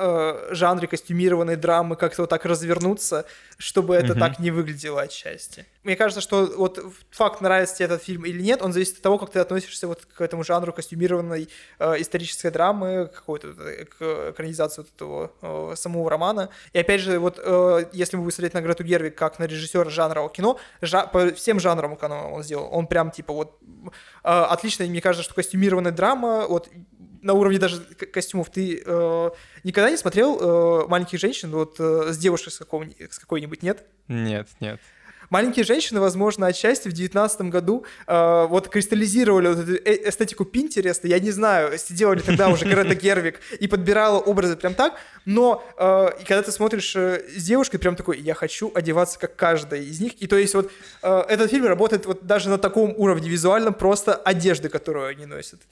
э, жанре костюмированной драмы как-то вот так развернуться, чтобы это mm-hmm. так не выглядело отчасти. Мне кажется, что вот факт, нравится тебе этот фильм или нет, он зависит от того, как ты относишься вот к этому жанру костюмированной э, исторической драмы, какой-то к экранизации вот этого э, самого романа. И опять же, вот э, если вы смотреть на Грету Гервиг как на режиссера жанрового кино, жа- по всем жанрам кино он сделал, он прям типа вот э, отлично, мне кажется, что костюмированная драма, вот на уровне даже костюмов. Ты э, никогда не смотрел э, «Маленьких женщин» вот э, с девушкой с, с какой-нибудь, нет? Нет, нет. «Маленькие женщины», возможно, отчасти в девятнадцатом году э, вот кристаллизировали вот эту эстетику Пинтереста. Я не знаю, сидела ли тогда уже Грета Гервиг и подбирала образы прям так, но э, и когда ты смотришь э, с девушкой, прям такой, я хочу одеваться как каждая из них. И то есть вот э, этот фильм работает вот даже на таком уровне визуальном, просто одежды, которую они носят.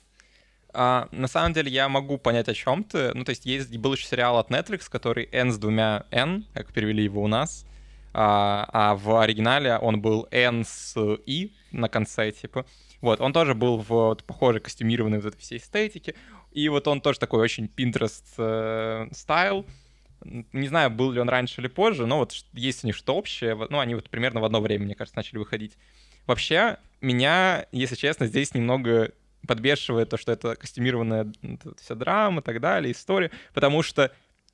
А, на самом деле я могу понять, о чем ты. Ну, то есть есть, был еще сериал от Netflix, который «Н» с двумя «Н», как перевели его у нас. А, а в оригинале он был «Н» с «И» на конце, типа. Вот, он тоже был в вот, похожей костюмированной вот этой всей эстетике. И вот он тоже такой очень Pinterest э, стайл. Не знаю, был ли он раньше или позже, но вот есть у них что-то общее. Ну, они вот примерно в одно время, мне кажется, начали выходить. Вообще, меня, если честно, здесь немного подбешивает то, что это костюмированная вся драма и так далее, история, потому что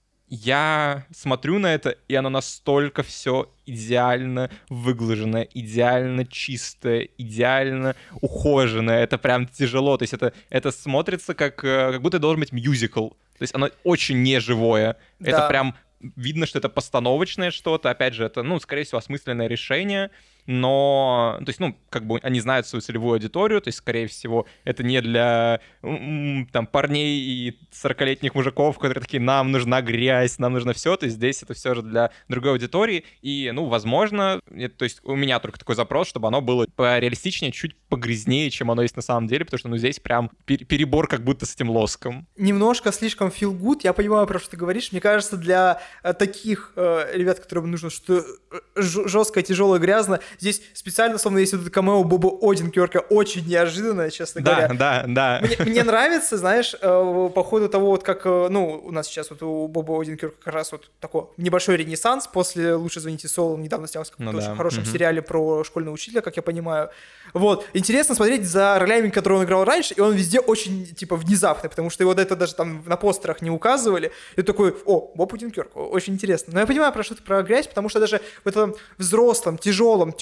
я смотрю на это, и оно настолько все идеально выглаженное, идеально чистое, идеально ухоженное, это прям тяжело, то есть это, это смотрится как, как будто должен быть мюзикл, то есть оно очень неживое, да. Это прям видно, что это постановочное что-то, опять же, это, ну, скорее всего, осмысленное решение, но, то есть, ну, как бы они знают свою целевую аудиторию, то есть, скорее всего, это не для, там, парней и сорокалетних мужиков, которые такие, нам нужна грязь, нам нужно все, то есть здесь это все же для другой аудитории, и, ну, возможно, это, то есть у меня только такой запрос, чтобы оно было пореалистичнее, чуть погрязнее, чем оно есть на самом деле, потому что, ну, здесь прям перебор как будто с этим лоском. Немножко слишком feel good, я понимаю, про что ты говоришь, мне кажется, для э, таких э, ребят, которым нужно что-то жесткое, тяжелое, грязное, здесь специально, словно есть вот это камео Боба Оденкерка, очень неожиданное, честно да, говоря. Да, да, да. Мне, мне нравится, знаешь, э, по ходу того, вот как, э, ну, у нас сейчас вот у Боба Оденкерка как раз вот такой небольшой ренессанс после «Лучше звоните Солу», он недавно снялся в каком-то ну, очень да. хорошем угу. сериале про школьного учителя, как я понимаю. Вот, интересно смотреть за ролями, которые он играл раньше, и он везде очень, типа, внезапный, потому что его до этого даже там на постерах не указывали. И такой, о, Боб Оденкерк, очень интересно. Но я понимаю, про что ты, про грязь, потому что даже в этом взрослом, тяжелом, темном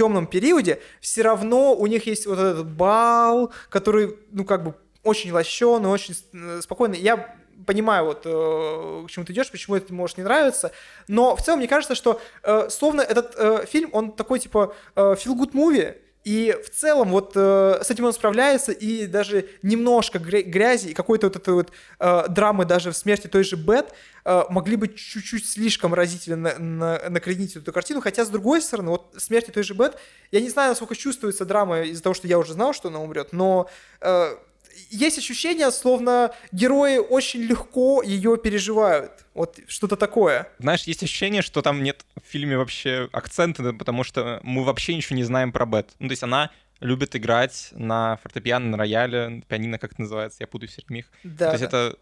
темном периоде, все равно у них есть вот этот бал, который, ну, как бы очень лощеный, очень спокойный. Я понимаю, вот, э, к чему ты идешь, почему это может не нравиться, но в целом мне кажется, что э, словно этот э, фильм, он такой, типа, э, feel-good movie, и в целом вот э, с этим он справляется, и даже немножко грязи и какой-то вот этой вот э, драмы даже в смерти той же Бет э, могли бы чуть-чуть слишком разительно на, на, накренить эту картину, хотя с другой стороны, вот в смерти той же Бет, я не знаю, насколько чувствуется драма из-за того, что я уже знал, что она умрет, но э, есть ощущение, словно герои очень легко ее переживают. Вот что-то такое. Знаешь, есть ощущение, что там нет в фильме вообще акцента, потому что мы вообще ничего не знаем про Бет. Ну, то есть она любит играть на фортепиано, на рояле, пианино, как это называется, я путаю все время их. Да, то есть да. это...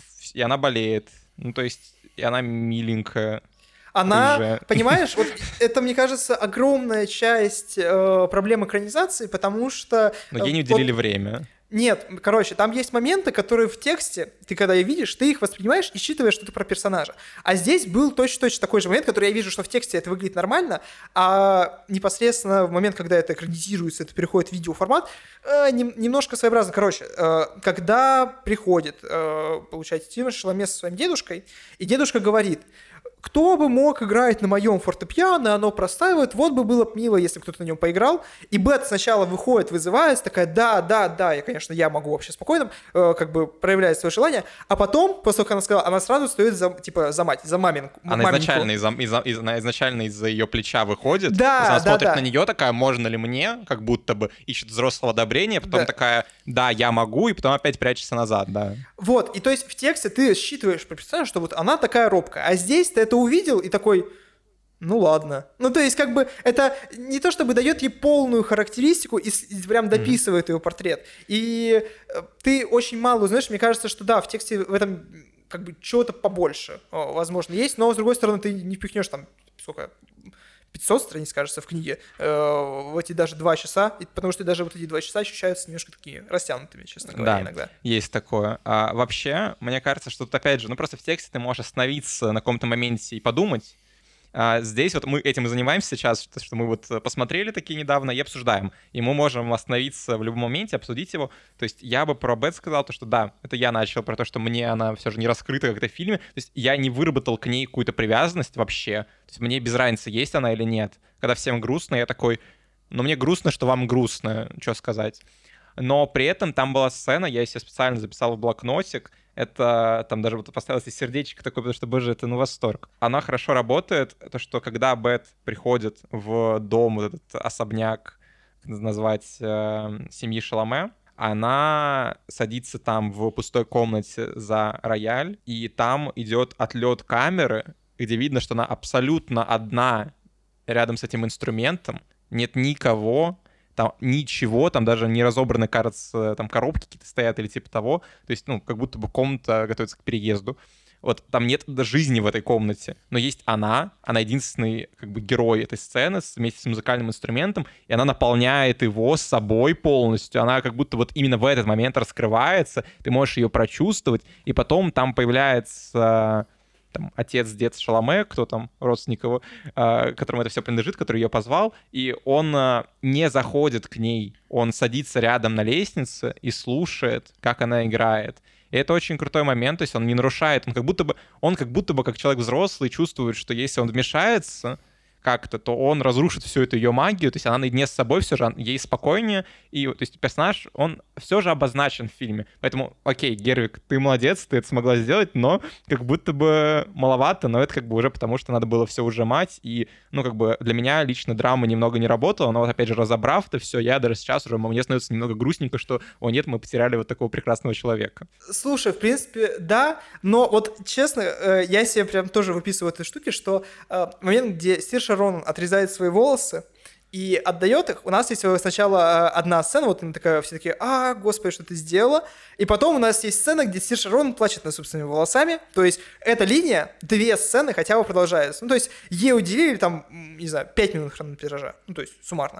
И она болеет, ну, то есть и она миленькая. Она, рыжая. понимаешь, вот это, мне кажется, огромная часть э, проблем экранизации, потому что... Но ей не вот, уделили время. Нет, короче, там есть моменты, которые в тексте, ты когда их видишь, ты их воспринимаешь и считываешь что-то про персонажа. А здесь был точно-точно такой же момент, который я вижу, что в тексте это выглядит нормально, а непосредственно в момент, когда это экранизируется, это переходит в видеоформат, э, нем- немножко своеобразно. Короче, э, когда приходит, э, получается, Тимоти Шаламе со своим дедушкой, и дедушка говорит: кто бы мог играть на моем фортепиано, оно простаивает, вот бы было мило, если кто-то на нем поиграл. И Бет сначала выходит, вызывается, такая: да, да, да, я, конечно, я могу вообще спокойно, э, как бы проявляет свое желание. А потом, после того, как она сказала, она сразу стоит за, типа, за мать, за маминку. Она маменьку. изначально из-за, из-за, из- она изначально из-за ее плеча выходит, Да, она да, смотрит да. на нее, такая: можно ли мне, как будто бы ищет взрослого одобрения, потом Да. такая: да, я могу, и потом опять прячется назад, да. Вот, и то есть в тексте ты считываешь про персонажа, что вот она такая робкая, а здесь ты это увидел и такой: ну ладно. Ну, то есть, как бы, это не то чтобы дает ей полную характеристику и, с- и прям дописывает mm-hmm. ее портрет. И э, ты очень мало узнаешь. Мне кажется, что да, в тексте в этом как бы чего-то побольше, о, возможно, есть, но с другой стороны, ты не впихнешь там, сколько, пятьсот страниц, кажется, в книге, э, в эти даже два часа, и, потому что даже вот эти два часа ощущаются немножко такими растянутыми, честно говоря, Да, иногда. есть такое. А вообще, мне кажется, что тут опять же, ну просто в тексте ты можешь остановиться на каком-то моменте и подумать. А здесь вот мы этим и занимаемся сейчас, что что мы вот посмотрели такие недавно и обсуждаем. И мы можем остановиться в любом моменте, обсудить его. То есть я бы про Бет сказал, то, что да, это я начал, про то, что мне она все же не раскрыта как-то в фильме. То есть я не выработал к ней какую-то привязанность вообще. То есть мне без разницы, есть она или нет. Когда всем грустно, я такой: ну мне грустно, что вам грустно, что сказать. Но при этом там была сцена, я себе специально записал в блокнотик, это там даже вот поставилось и сердечко такое, потому что, боже, это ну восторг. Она хорошо работает, то, что когда Бет приходит в дом, вот этот особняк, как назвать, э, семьи Шаламе, она садится там в пустой комнате за рояль, и там идет отлет камеры, где видно, что она абсолютно одна рядом с этим инструментом, нет никого, там ничего, там даже не разобраны, кажется, там коробки какие-то стоят или типа того. То есть, ну, как будто бы комната готовится к переезду. Вот там нет даже жизни в этой комнате, но есть она, она единственный как бы герой этой сцены вместе с музыкальным инструментом, и она наполняет его собой полностью, она как будто вот именно в этот момент раскрывается, ты можешь ее прочувствовать, и потом там появляется... там, отец, дед Шаламе, кто там, родственник его, э, которому это все принадлежит, который ее позвал, и он э, не заходит к ней, он садится рядом на лестнице и слушает, как она играет. И это очень крутой момент, то есть он не нарушает, он как будто бы, он как будто бы, как человек взрослый, чувствует, что если он вмешается как-то, то он разрушит всю эту ее магию, то есть она наедине с собой все же, ей спокойнее, и то есть персонаж, он все же обозначен в фильме. Поэтому, окей, Гервик, ты молодец, ты это смогла сделать, но как будто бы маловато, но это как бы уже потому, что надо было все ужимать, и, ну, как бы для меня лично драма немного не работала, но вот опять же, разобрав это все, я даже сейчас уже, мне становится немного грустненько, что, о нет, мы потеряли вот такого прекрасного человека. Слушай, в принципе, да, но вот честно, э, я себе прям тоже выписываю этой штуки, что э, момент, где Сир Ронан отрезает свои волосы и отдает их, у нас есть сначала одна сцена, вот она такая, все такие: а, господи, что ты сделала? И потом у нас есть сцена, где Сир Ронан плачет над собственными волосами, то есть эта линия, две сцены хотя бы продолжается. Ну, то есть ей уделили там, не знаю, пять минут хронометража, ну, то есть суммарно.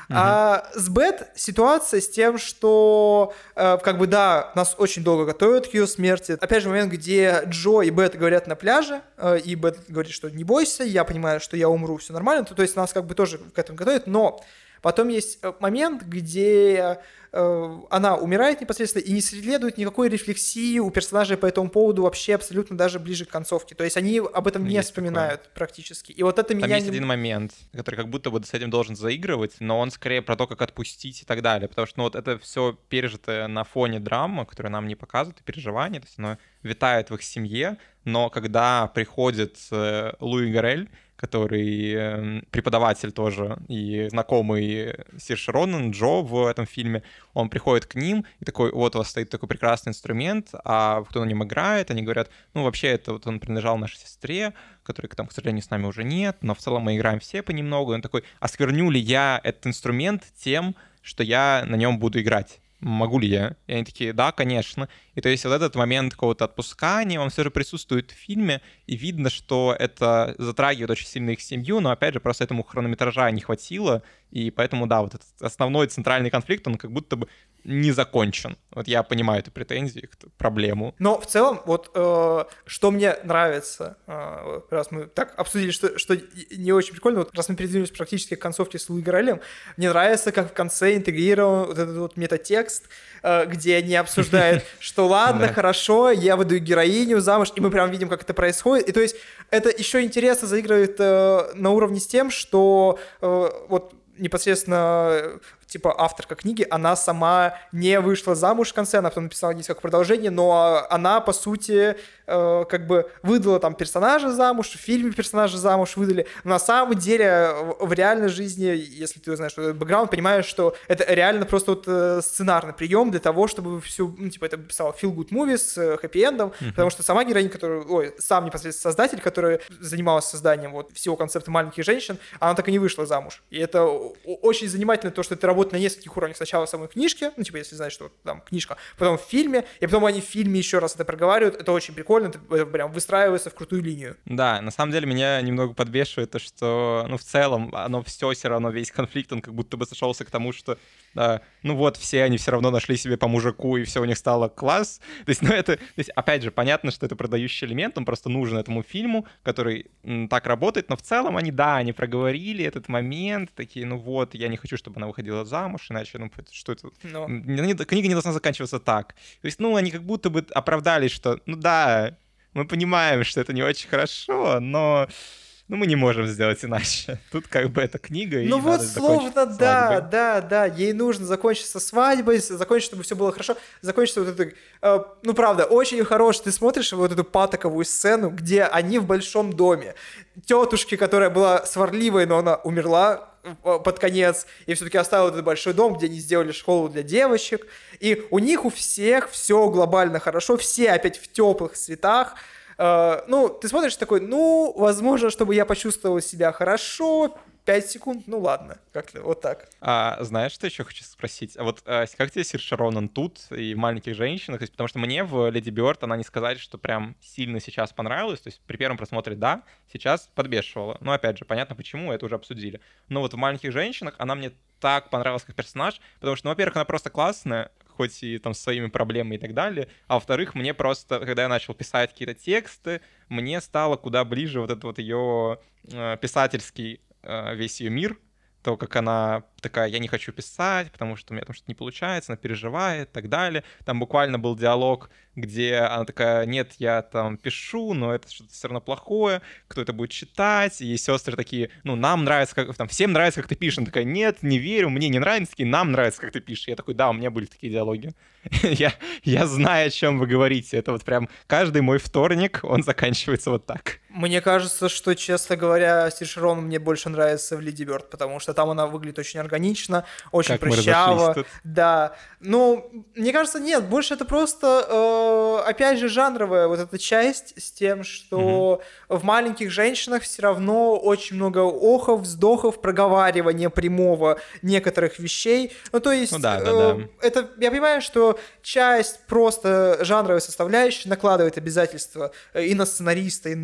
А с Бет ситуация с тем, что э, как бы да, нас очень долго готовят к ее смерти. Опять же, момент, где Джо и Бет говорят на пляже, э, и Бет говорит, что не бойся, я понимаю, что я умру, все нормально. То, то есть нас как бы тоже к этому готовят, но потом есть момент, где э, она умирает непосредственно и не следует никакой рефлексии у персонажей по этому поводу вообще абсолютно даже ближе к концовке. То есть они об этом не Есть вспоминают такое. практически. И вот это Там меня... есть не... один момент, который как будто бы с этим должен заигрывать, но он скорее про то, как отпустить и так далее. Потому что ну, вот это все пережито на фоне драмы, которую нам не показывают, и переживания, то есть оно витает в их семье, но когда приходит э, Луи Гаррель, который э, преподаватель тоже и знакомый Сирши Ронан, Джо в этом фильме, он приходит к ним и такой, вот у вас стоит такой прекрасный инструмент, а кто на нем играет, они говорят, ну вообще это вот он принадлежал нашей сестре, которой там, к сожалению, с нами уже нет, но в целом мы играем все понемногу, и он такой, оскверню ли я этот инструмент тем, что я на нем буду играть? Могу ли я? И они такие, да, конечно. И то есть вот этот момент какого-то отпускания, он все же присутствует в фильме, и видно, что это затрагивает очень сильно их семью, но, опять же, просто этому хронометража не хватило, и поэтому, да, вот этот основной центральный конфликт, он как будто бы не закончен. Вот я понимаю эту претензию, эту проблему. Но в целом, вот э, что мне нравится, э, раз мы так обсудили, что, что не очень прикольно, вот раз мы передвинулись практически к концовке с Луи Гаррелем, мне нравится, как в конце интегрирован вот этот вот метатекст, э, где они обсуждают, что ладно, хорошо, я выдаю героиню замуж, и мы прям видим, как это происходит. И то есть это еще интересно заигрывает э, на уровне с тем, что э, вот непосредственно типа авторка книги, она сама не вышла замуж в конце, она потом написала несколько продолжений, но она, по сути, э, как бы выдала там персонажа замуж, в фильме персонажа замуж выдали, но на самом деле в, в реальной жизни, если ты знаешь что бэкграунд, понимаешь, что это реально просто вот э, сценарный прием для того, чтобы всю, ну, типа, это писал Feel Good Movie с э, хэппи-эндом, mm-hmm. потому что сама героиня, которая, ой, сам непосредственно создатель, который занимался созданием вот всего концепта маленьких женщин, она так и не вышла замуж. И это очень занимательно то, что это работает на нескольких уровнях. Сначала в самой книжке, ну, типа, если знаешь, что там книжка, потом в фильме, и потом они в фильме еще раз это проговаривают. Это очень прикольно, это прям выстраивается в крутую линию. Да, на самом деле меня немного подбешивает то, что, ну, в целом, оно все все равно, весь конфликт, он как будто бы сошелся к тому, что, да, ну вот, все они все равно нашли себе по мужику, и все у них стало класс. То есть, ну, это, то есть, опять же, понятно, что это продающий элемент, он просто нужен этому фильму, который м, так работает, но в целом они, да, они проговорили этот момент, такие, ну вот, я не хочу, чтобы она выходила замуж, иначе, ну, что это? Но. Книга не должна заканчиваться так. То есть, ну, они как будто бы оправдались, что, ну да, мы понимаем, что это не очень хорошо, но... Ну, мы не можем сделать иначе. Тут как бы это книга, и ну вот надо словно закончить да, свадьбой. да, да, ей нужно закончиться свадьбой, закончить, чтобы все было хорошо, закончиться вот это, э, ну правда, очень хорошо, ты смотришь вот эту патоковую сцену, где они в большом доме, тетушки, которая была сварливой, но она умерла под конец, и все-таки оставил этот большой дом, где они сделали школу для девочек, и у них у всех все глобально хорошо, все опять в теплых цветах. Uh, ну, ты смотришь такой, ну, возможно, чтобы я почувствовал себя хорошо, пять секунд, ну ладно, как-то вот так. А, знаешь, что еще хочу спросить? А вот а, как тебе Сирша Ронан тут и в «Маленьких женщинах»? То есть, потому что мне в «Леди Бёрд» она не сказать, что прям сильно сейчас понравилась. То есть при первом просмотре да, сейчас подбешивала. Но опять же, понятно почему, это уже обсудили. Но вот в «Маленьких женщинах» она мне так понравилась как персонаж, потому что, ну, во-первых, она просто классная, хоть и там с своими проблемами и так далее, а во-вторых, мне просто, когда я начал писать какие-то тексты, мне стало куда ближе вот этот вот ее э, писательский э, весь ее мир, то, как она такая, я не хочу писать, потому что у меня там что-то не получается, она переживает и так далее. Там буквально был диалог, где она такая, нет, я там пишу, но это что-то все равно плохое, кто это будет читать? И сестры такие, ну, нам нравится, как там, всем нравится, как ты пишешь. Она такая, нет, не верю, мне не нравится, такие, нам нравится, как ты пишешь. Я такой, да, у меня были такие диалоги. я, я знаю, о чем вы говорите. Это вот прям каждый мой вторник, он заканчивается вот так. Мне кажется, что, честно говоря, Сирша Ронан мне больше нравится в «Леди Бёрд», потому что там она выглядит очень органично, очень как прыщаво. Да. Ну, мне кажется, нет, больше это просто, э, опять же, жанровая вот эта часть с тем, что mm-hmm. в «Маленьких женщинах» все равно очень много охов, вздохов, проговаривания прямого некоторых вещей. Ну, то есть, ну, да, да, э, да. это, я понимаю, что часть просто жанровой составляющей накладывает обязательства и на сценариста, и на режиссера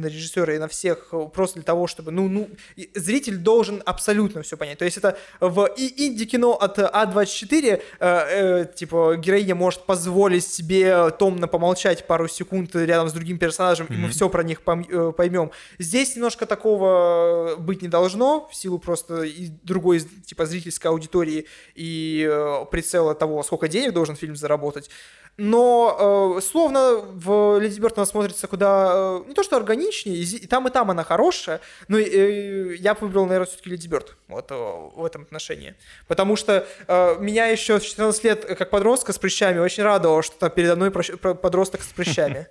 режиссера и на всех просто для того, чтобы, ну, ну, зритель должен абсолютно все понять. То есть это в инди-кино от А двадцать четыре, э, э, типа, героиня может позволить себе томно помолчать пару секунд рядом с другим персонажем, mm-hmm. и мы все про них поймем. Здесь немножко такого быть не должно, в силу просто и другой, типа, зрительской аудитории и э, прицела того, сколько денег должен фильм заработать. Но, э, словно, в Леди Бёрд она смотрится куда... Э, не то, что органичнее, и, и там, и там она хорошая, но э, я бы выбрал, наверное, все-таки Леди Бёрд вот, э, в этом отношении. Потому что э, меня еще с четырнадцати лет, как подростка с прыщами, очень радовало, что там передо мной подросток с прыщами.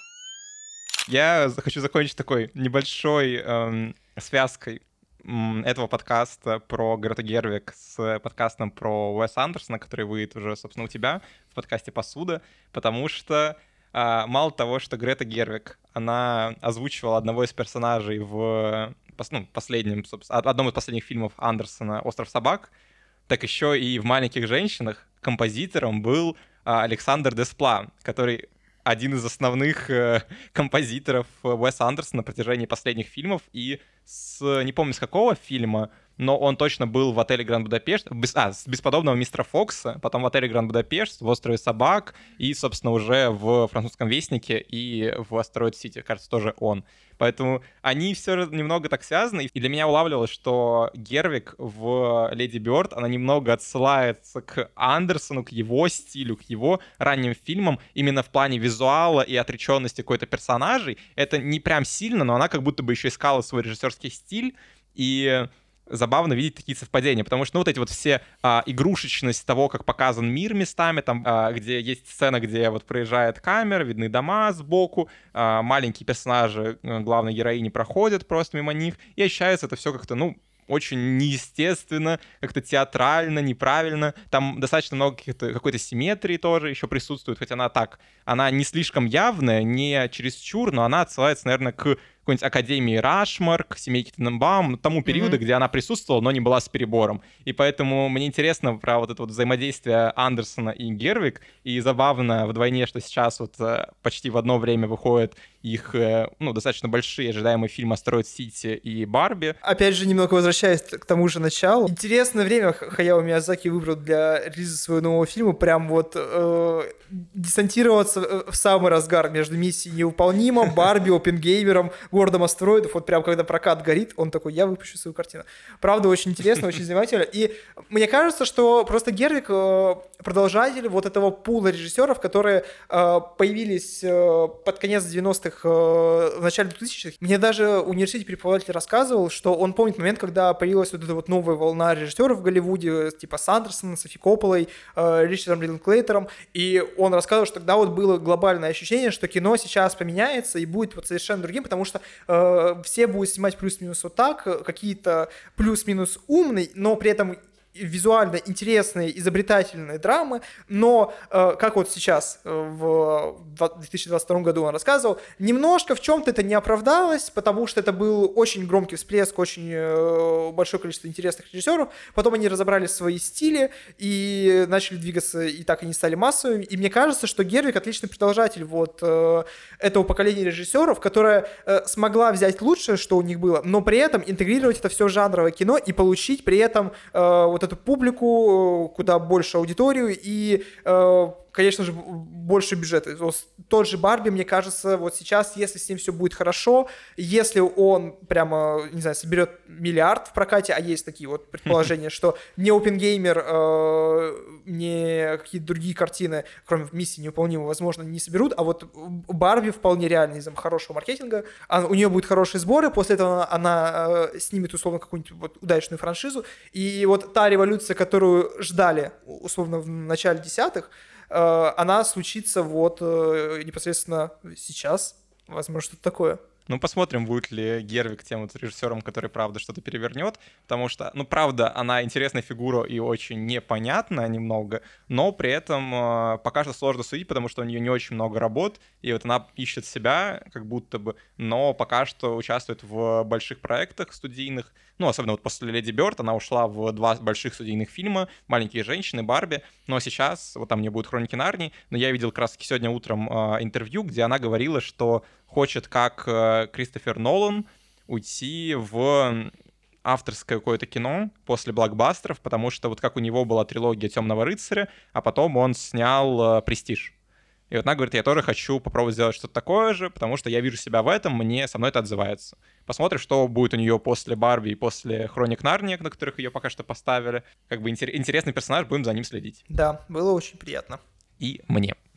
Я хочу закончить такой небольшой эм, связкой этого подкаста про Грету Гервиг с подкастом про Уэса Андерсона, который выйдет уже, собственно, у тебя в подкасте «Посуда», потому что а, мало того, что Грета Гервиг, она озвучивала одного из персонажей в ну, последнем, одном из последних фильмов Андерсона «Остров собак», так еще и в «Маленьких женщинах» композитором был а, Александр Деспла, который один из основных э, композиторов Уэса Андерсона на протяжении последних фильмов, и с, не помню с какого фильма, но он точно был в «Отеле Гранд Будапешт», без, а, с «Бесподобного мистера Фокса», потом в «Отеле Гранд Будапешт», в «Острове собак» и, собственно, уже в «Французском вестнике» и в «Астероид Сити», кажется, тоже он. Поэтому они все немного так связаны, и для меня улавливалось, что Гервиг в «Леди Бёрд», она немного отсылается к Андерсону, к его стилю, к его ранним фильмам, именно в плане визуала и отреченности какой-то персонажей. Это не прям сильно, но она как будто бы еще искала свой режиссерский стиль, и забавно видеть такие совпадения, потому что, ну, вот эти вот все а, игрушечность того, как показан мир местами, там, а, где есть сцена, где вот проезжает камера, видны дома сбоку, а, маленькие персонажи главной героини проходят просто мимо них, и ощущается это все как-то, ну, очень неестественно, как-то театрально, неправильно. Там достаточно много какой-то симметрии тоже еще присутствует, хотя она так, она не слишком явная, не чересчур, но она отсылается, наверное, к какой-нибудь Академии Рашмар, к семейке Тененбаум, тому периоду, mm-hmm. где она присутствовала, но не была с перебором. И поэтому мне интересно про вот это вот взаимодействие Андерсона и Гервиг, и забавно вдвойне, что сейчас вот почти в одно время выходят их, ну, достаточно большие ожидаемые фильмы «Астероид Сити» и «Барби». Опять же, немного возвращаясь к тому же началу. Интересное время Хаяо Миядзаки выбрал для релиза своего нового фильма, прям вот э, десантироваться в самый разгар между «Миссией невыполнима», «Барби», «Оппенгеймером», «Городом астероидов». Вот прям когда прокат горит, он такой: я выпущу свою картину. Правда, очень интересно, очень занимательно. И мне кажется, что просто Гервиг э, продолжатель вот этого пула режиссеров, которые э, появились э, под конец девяностых, э, в начале двухтысячных. Мне даже университет преподаватель рассказывал, что он помнит момент, когда появилась вот эта вот новая волна режиссеров в Голливуде, типа с Андерсоном, Софи Копполой, э, Ричардом Линклейтером, и он рассказывал, что тогда вот было глобальное ощущение, что кино сейчас поменяется и будет вот совершенно другим, потому что э, все будут снимать плюс-минус вот так, какие-то плюс-минус умные, но при этом визуально интересные, изобретательные драмы, но, э, как вот сейчас, э, в две тысячи двадцать втором году он рассказывал, немножко в чем-то это не оправдалось, потому что это был очень громкий всплеск, очень э, большое количество интересных режиссеров, потом они разобрали свои стили и начали двигаться, и так они стали массовыми, и мне кажется, что Гервиг отличный продолжатель вот э, этого поколения режиссеров, которая э, смогла взять лучшее, что у них было, но при этом интегрировать это все в жанровое кино и получить при этом э, вот эту публику, куда больше аудиторию и, э, конечно же, больше бюджета. Тот же Барби, мне кажется, вот сейчас, если с ним все будет хорошо, если он прямо, не знаю, соберет миллиард в прокате, а есть такие вот предположения, что не Оппенгеймер, э, не какие-то другие картины, кроме «Миссии невыполнимой», возможно, не соберут, а вот Барби вполне реально из-за хорошего маркетинга. А у нее будут хорошие сборы, после этого она, она э, снимет, условно, какую-нибудь вот удачную франшизу. И вот та революция, которую ждали, условно, в начале десятых, она случится вот непосредственно сейчас. Возможно, что-то такое. Ну, посмотрим, будет ли Гервиг тем вот режиссером, который, правда, что-то перевернет, потому что, ну, правда, она интересная фигура и очень непонятная немного, но при этом э, пока что сложно судить, потому что у нее не очень много работ, и вот она ищет себя, как будто бы, но пока что участвует в больших проектах студийных, ну, особенно вот после «Леди Бёрд» она ушла в два больших студийных фильма «Маленькие женщины», «Барби», но сейчас, вот там не будет «Хроники Нарнии», но я видел как раз-таки сегодня утром э, интервью, где она говорила, что хочет как э, Кристофер Нолан уйти в авторское какое-то кино после блокбастеров, потому что вот как у него была трилогия «Темного рыцаря», а потом он снял э, «Престиж». И вот она говорит, я тоже хочу попробовать сделать что-то такое же, потому что я вижу себя в этом, мне со мной это отзывается. Посмотрим, что будет у нее после Барби и после Хроник Нарнии, на которых ее пока что поставили. Как бы интерес, интересный персонаж, будем за ним следить. Да, было очень приятно. И мне.